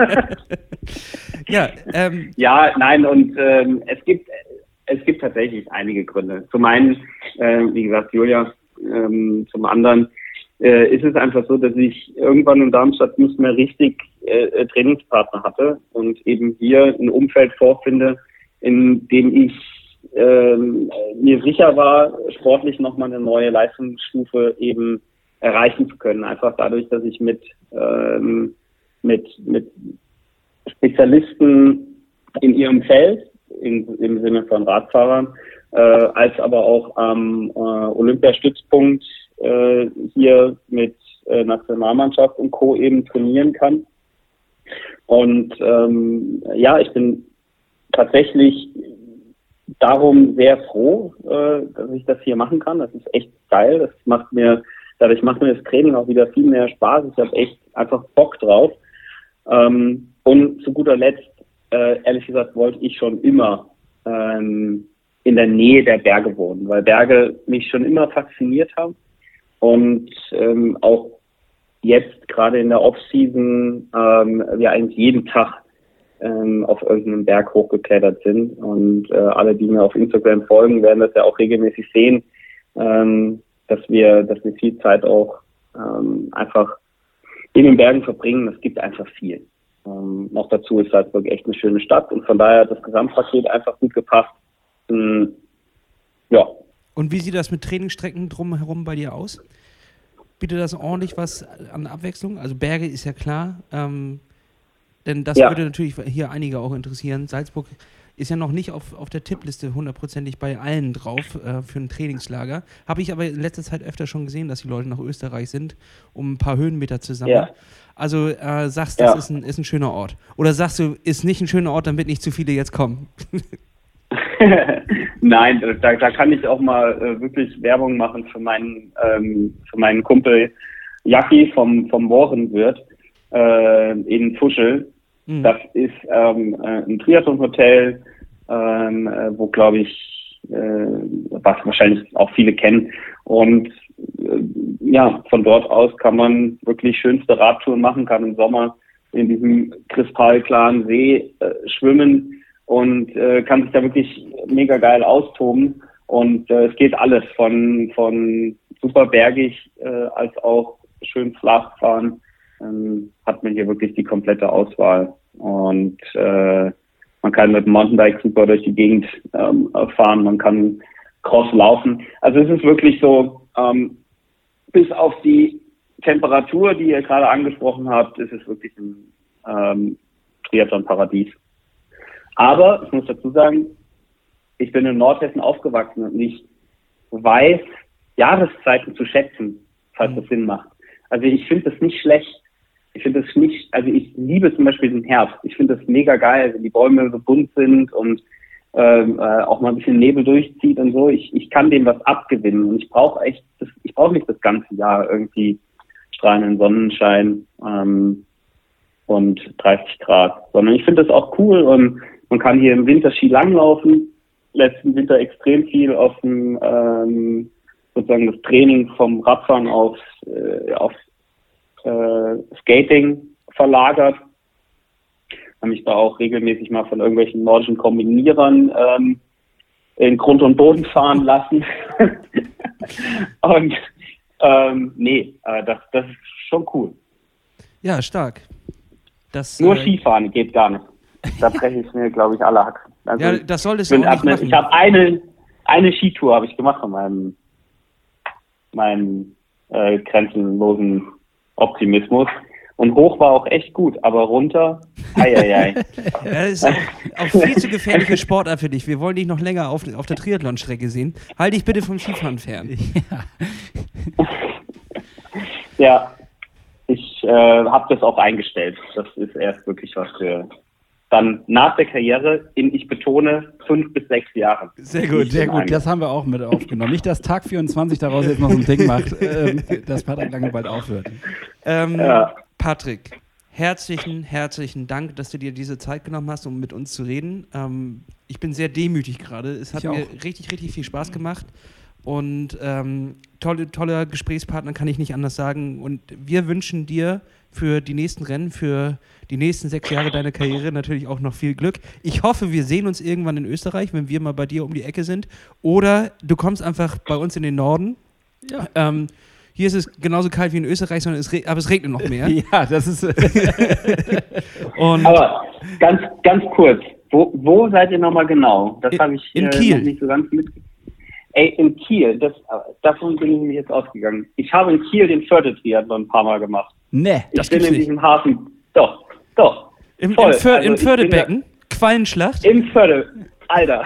ja, ähm, ja, nein, und ähm, es gibt es gibt tatsächlich einige Gründe. Zum einen, äh, wie gesagt, Julia, ähm, zum anderen äh, ist es einfach so, dass ich irgendwann in Darmstadt nicht mehr richtig äh, Trainingspartner hatte und eben hier ein Umfeld vorfinde, in dem ich ähm, mir sicher war, sportlich nochmal eine neue Leistungsstufe eben erreichen zu können. Einfach dadurch, dass ich mit, ähm, mit, mit Spezialisten in ihrem Feld, in, im Sinne von Radfahrern, äh, als aber auch am äh, Olympiastützpunkt äh, hier mit äh, Nationalmannschaft und Co. eben trainieren kann. Und ähm, ja, ich bin tatsächlich darum sehr froh, äh, dass ich das hier machen kann. Das ist echt geil. Das macht mir, dadurch macht mir das Training auch wieder viel mehr Spaß. Ich habe echt einfach Bock drauf. Ähm, und zu guter Letzt, äh, ehrlich gesagt, wollte ich schon immer ähm, in der Nähe der Berge wohnen, weil Berge mich schon immer fasziniert haben. Und ähm, auch jetzt gerade in der Off-Season ähm, wir eigentlich jeden Tag ähm, auf irgendeinem Berg hochgeklettert sind. Und äh, alle, die mir auf Instagram folgen, werden das ja auch regelmäßig sehen, ähm, dass wir, dass wir viel Zeit auch ähm, einfach in den Bergen verbringen. Es gibt einfach viel. Ähm, noch dazu ist Salzburg echt eine schöne Stadt und von daher hat das Gesamtpaket einfach gut gepasst. Ähm, ja. Und wie sieht das mit Trainingsstrecken drumherum bei dir aus? Bietet das ordentlich was an Abwechslung? Also Berge ist ja klar, ähm, denn das ja. würde natürlich hier einige auch interessieren. Salzburg ist ja noch nicht auf, auf der Tippliste hundertprozentig bei allen drauf äh, für ein Trainingslager. Habe ich aber in letzter Zeit öfter schon gesehen, dass die Leute nach Österreich sind, um ein paar Höhenmeter zu sammeln. Ja. Also äh, sagst du, das ja. ist, ein, ist ein schöner Ort. Oder sagst du, ist nicht ein schöner Ort, damit nicht zu viele jetzt kommen? Nein, da, da kann ich auch mal äh, wirklich Werbung machen für meinen, ähm, für meinen Kumpel Jacki vom, vom Mohrenwirt äh, in Fuschel. Mhm. Das ist ähm, ein Triathlon-Hotel, ähm, äh, wo, glaube ich, äh, was wahrscheinlich auch viele kennen. Und äh, ja, von dort aus kann man wirklich schönste Radtouren machen, kann im Sommer in diesem kristallklaren See äh, schwimmen und äh, kann sich da wirklich mega geil austoben. Und äh, es geht alles von, von super bergig äh, als auch schön flach fahren. Ähm, hat man hier wirklich die komplette Auswahl. Und äh, man kann mit dem Mountainbike super durch die Gegend ähm, fahren, man kann Cross laufen. Also es ist wirklich so, ähm, bis auf die Temperatur, die ihr gerade angesprochen habt, ist es wirklich ein ähm, Triathlon-Paradies. Aber ich muss dazu sagen, ich bin in Nordhessen aufgewachsen und ich weiß Jahreszeiten zu schätzen, falls das Sinn macht. Also ich finde das nicht schlecht. Ich finde das nicht, also ich liebe zum Beispiel den Herbst. Ich finde das mega geil, wenn die Bäume so bunt sind und ähm, äh, auch mal ein bisschen Nebel durchzieht und so. Ich, ich kann dem was abgewinnen und ich brauche echt, das, ich brauche nicht das ganze Jahr irgendwie strahlenden Sonnenschein ähm, und dreißig Grad, sondern ich finde das auch cool und man kann hier im Winter Ski langlaufen. Letzten Winter extrem viel auf dem ähm, sozusagen das Training vom Radfahren auf, äh, auf äh, Skating verlagert. Habe mich da auch regelmäßig mal von irgendwelchen nordischen Kombinierern ähm, in Grund und Boden fahren lassen. Und ähm, nee, äh, das, das ist schon cool. Ja, stark. Das, Nur äh, Skifahren geht gar nicht. Da breche ich mir, glaube ich, alle Haxen. Also ja, das solltest ich du bin auch nicht ab- machen. Ich habe eine, eine Skitour habe ich gemacht von meinem, meinem äh, grenzenlosen Optimismus. Und hoch war auch echt gut, aber runter, ei, ei, ei. Ja, das ist auch, auch viel zu gefährliche Sportart für dich. Wir wollen dich noch länger auf, auf der Triathlon-Strecke sehen. Halt dich bitte vom Skifahren fern. Ja, ich äh, habe das auch eingestellt. Das ist erst wirklich was für dann nach der Karriere in, ich betone, fünf bis sechs Jahren. Sehr gut. Sehr gut, das haben wir auch mit aufgenommen. Nicht, dass Tag vierundzwanzig daraus jetzt noch so ein Ding macht, ähm, dass Patrick lange bald aufhört. Ähm, Ja. Patrick, herzlichen, herzlichen Dank, dass du dir diese Zeit genommen hast, um mit uns zu reden. Ähm, ich bin sehr demütig gerade. Es hat Ich mir auch. richtig, richtig viel Spaß gemacht. Und ähm, tolle, toller Gesprächspartner, kann ich nicht anders sagen. Und wir wünschen dir für die nächsten Rennen, für die nächsten sechs Jahre deiner Karriere natürlich auch noch viel Glück. Ich hoffe, wir sehen uns irgendwann in Österreich, wenn wir mal bei dir um die Ecke sind. Oder du kommst einfach bei uns in den Norden. Ja. Ähm, hier ist es genauso kalt wie in Österreich, sondern es re- aber es regnet noch mehr. Ja, das ist. Und Aber ganz, ganz kurz, wo, wo seid ihr nochmal genau? Das In- habe ich in äh, Kiel. noch nicht so ganz mitgekriegt. Ey, in Kiel, das, davon bin ich mir jetzt ausgegangen. Ich habe in Kiel den Förde-Triathlon ein paar Mal gemacht. Nee, Das ich bin gibt's in nicht. diesem Hafen. Doch, doch. im, voll. im, För Also im ich bin Fördebecken, Quallenschlacht. da- Im Förde. Alter.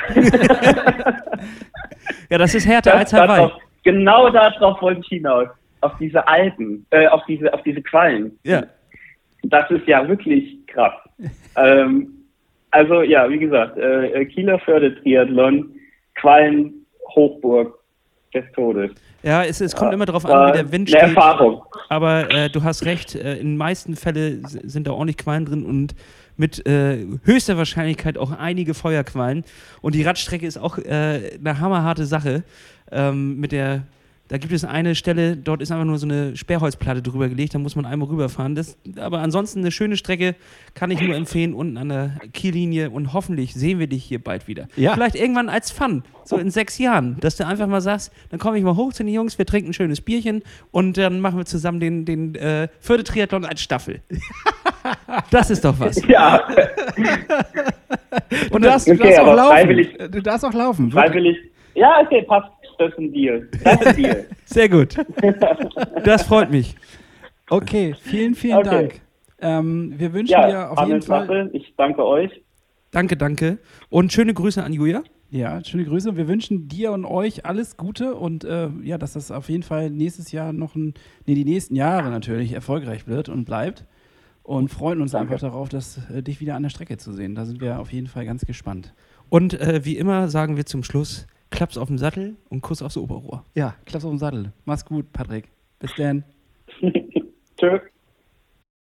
Ja, das ist härter als Das, Hawaii. darauf, genau darauf wollte ich hinaus. Auf diese Alpen, äh, auf diese, auf diese Quallen. Ja. Das ist ja wirklich krass. ähm, also ja, wie gesagt, äh, Kieler Förde-Triathlon, Quallen, Hochburg des Todes. Ja, es, es kommt Ja, immer darauf war an, wie der Wind eine steht. Erfahrung. Aber äh, du hast recht, äh, in den meisten Fällen s- sind da ordentlich Quallen drin und mit äh, höchster Wahrscheinlichkeit auch einige Feuerquallen. Und die Radstrecke ist auch äh, eine hammerharte Sache. Ähm, mit der, da gibt es eine Stelle, dort ist einfach nur so eine Sperrholzplatte drüber gelegt, da muss man einmal rüberfahren. Das, aber ansonsten eine schöne Strecke, kann ich nur empfehlen, unten an der Kiellinie. Und hoffentlich sehen wir dich hier bald wieder. Ja. Vielleicht irgendwann als Fun, so in sechs Jahren, dass du einfach mal sagst, dann komme ich mal hoch zu den Jungs, wir trinken ein schönes Bierchen und dann machen wir zusammen den, den äh, Förde-Triathlon als Staffel. Das ist doch was. Ja, Und du darfst, du Okay, darfst auch aber laufen. freiwillig- Du darfst auch laufen. freiwillig. Ja, okay, passt. Das ist ein Deal. Das ist ein Deal. Sehr gut. Das freut mich. Okay, vielen, vielen Okay. Dank. Ähm, wir wünschen Ja, dir auf jeden Fall. Sache. Ich danke euch. Danke, danke. Und schöne Grüße an Julia. Ja, schöne Grüße. Wir wünschen dir und euch alles Gute und äh, ja, dass das auf jeden Fall nächstes Jahr noch ein, nee, die nächsten Jahre natürlich erfolgreich wird und bleibt. Und freuen uns Danke. einfach darauf, dass, äh, dich wieder an der Strecke zu sehen. Da sind wir auf jeden Fall ganz gespannt. Und äh, wie immer sagen wir zum Schluss, Klaps auf dem Sattel und Kuss aufs Oberrohr. Ja, Klaps auf dem Sattel. Mach's gut, Patrick. Bis dann. Tschö.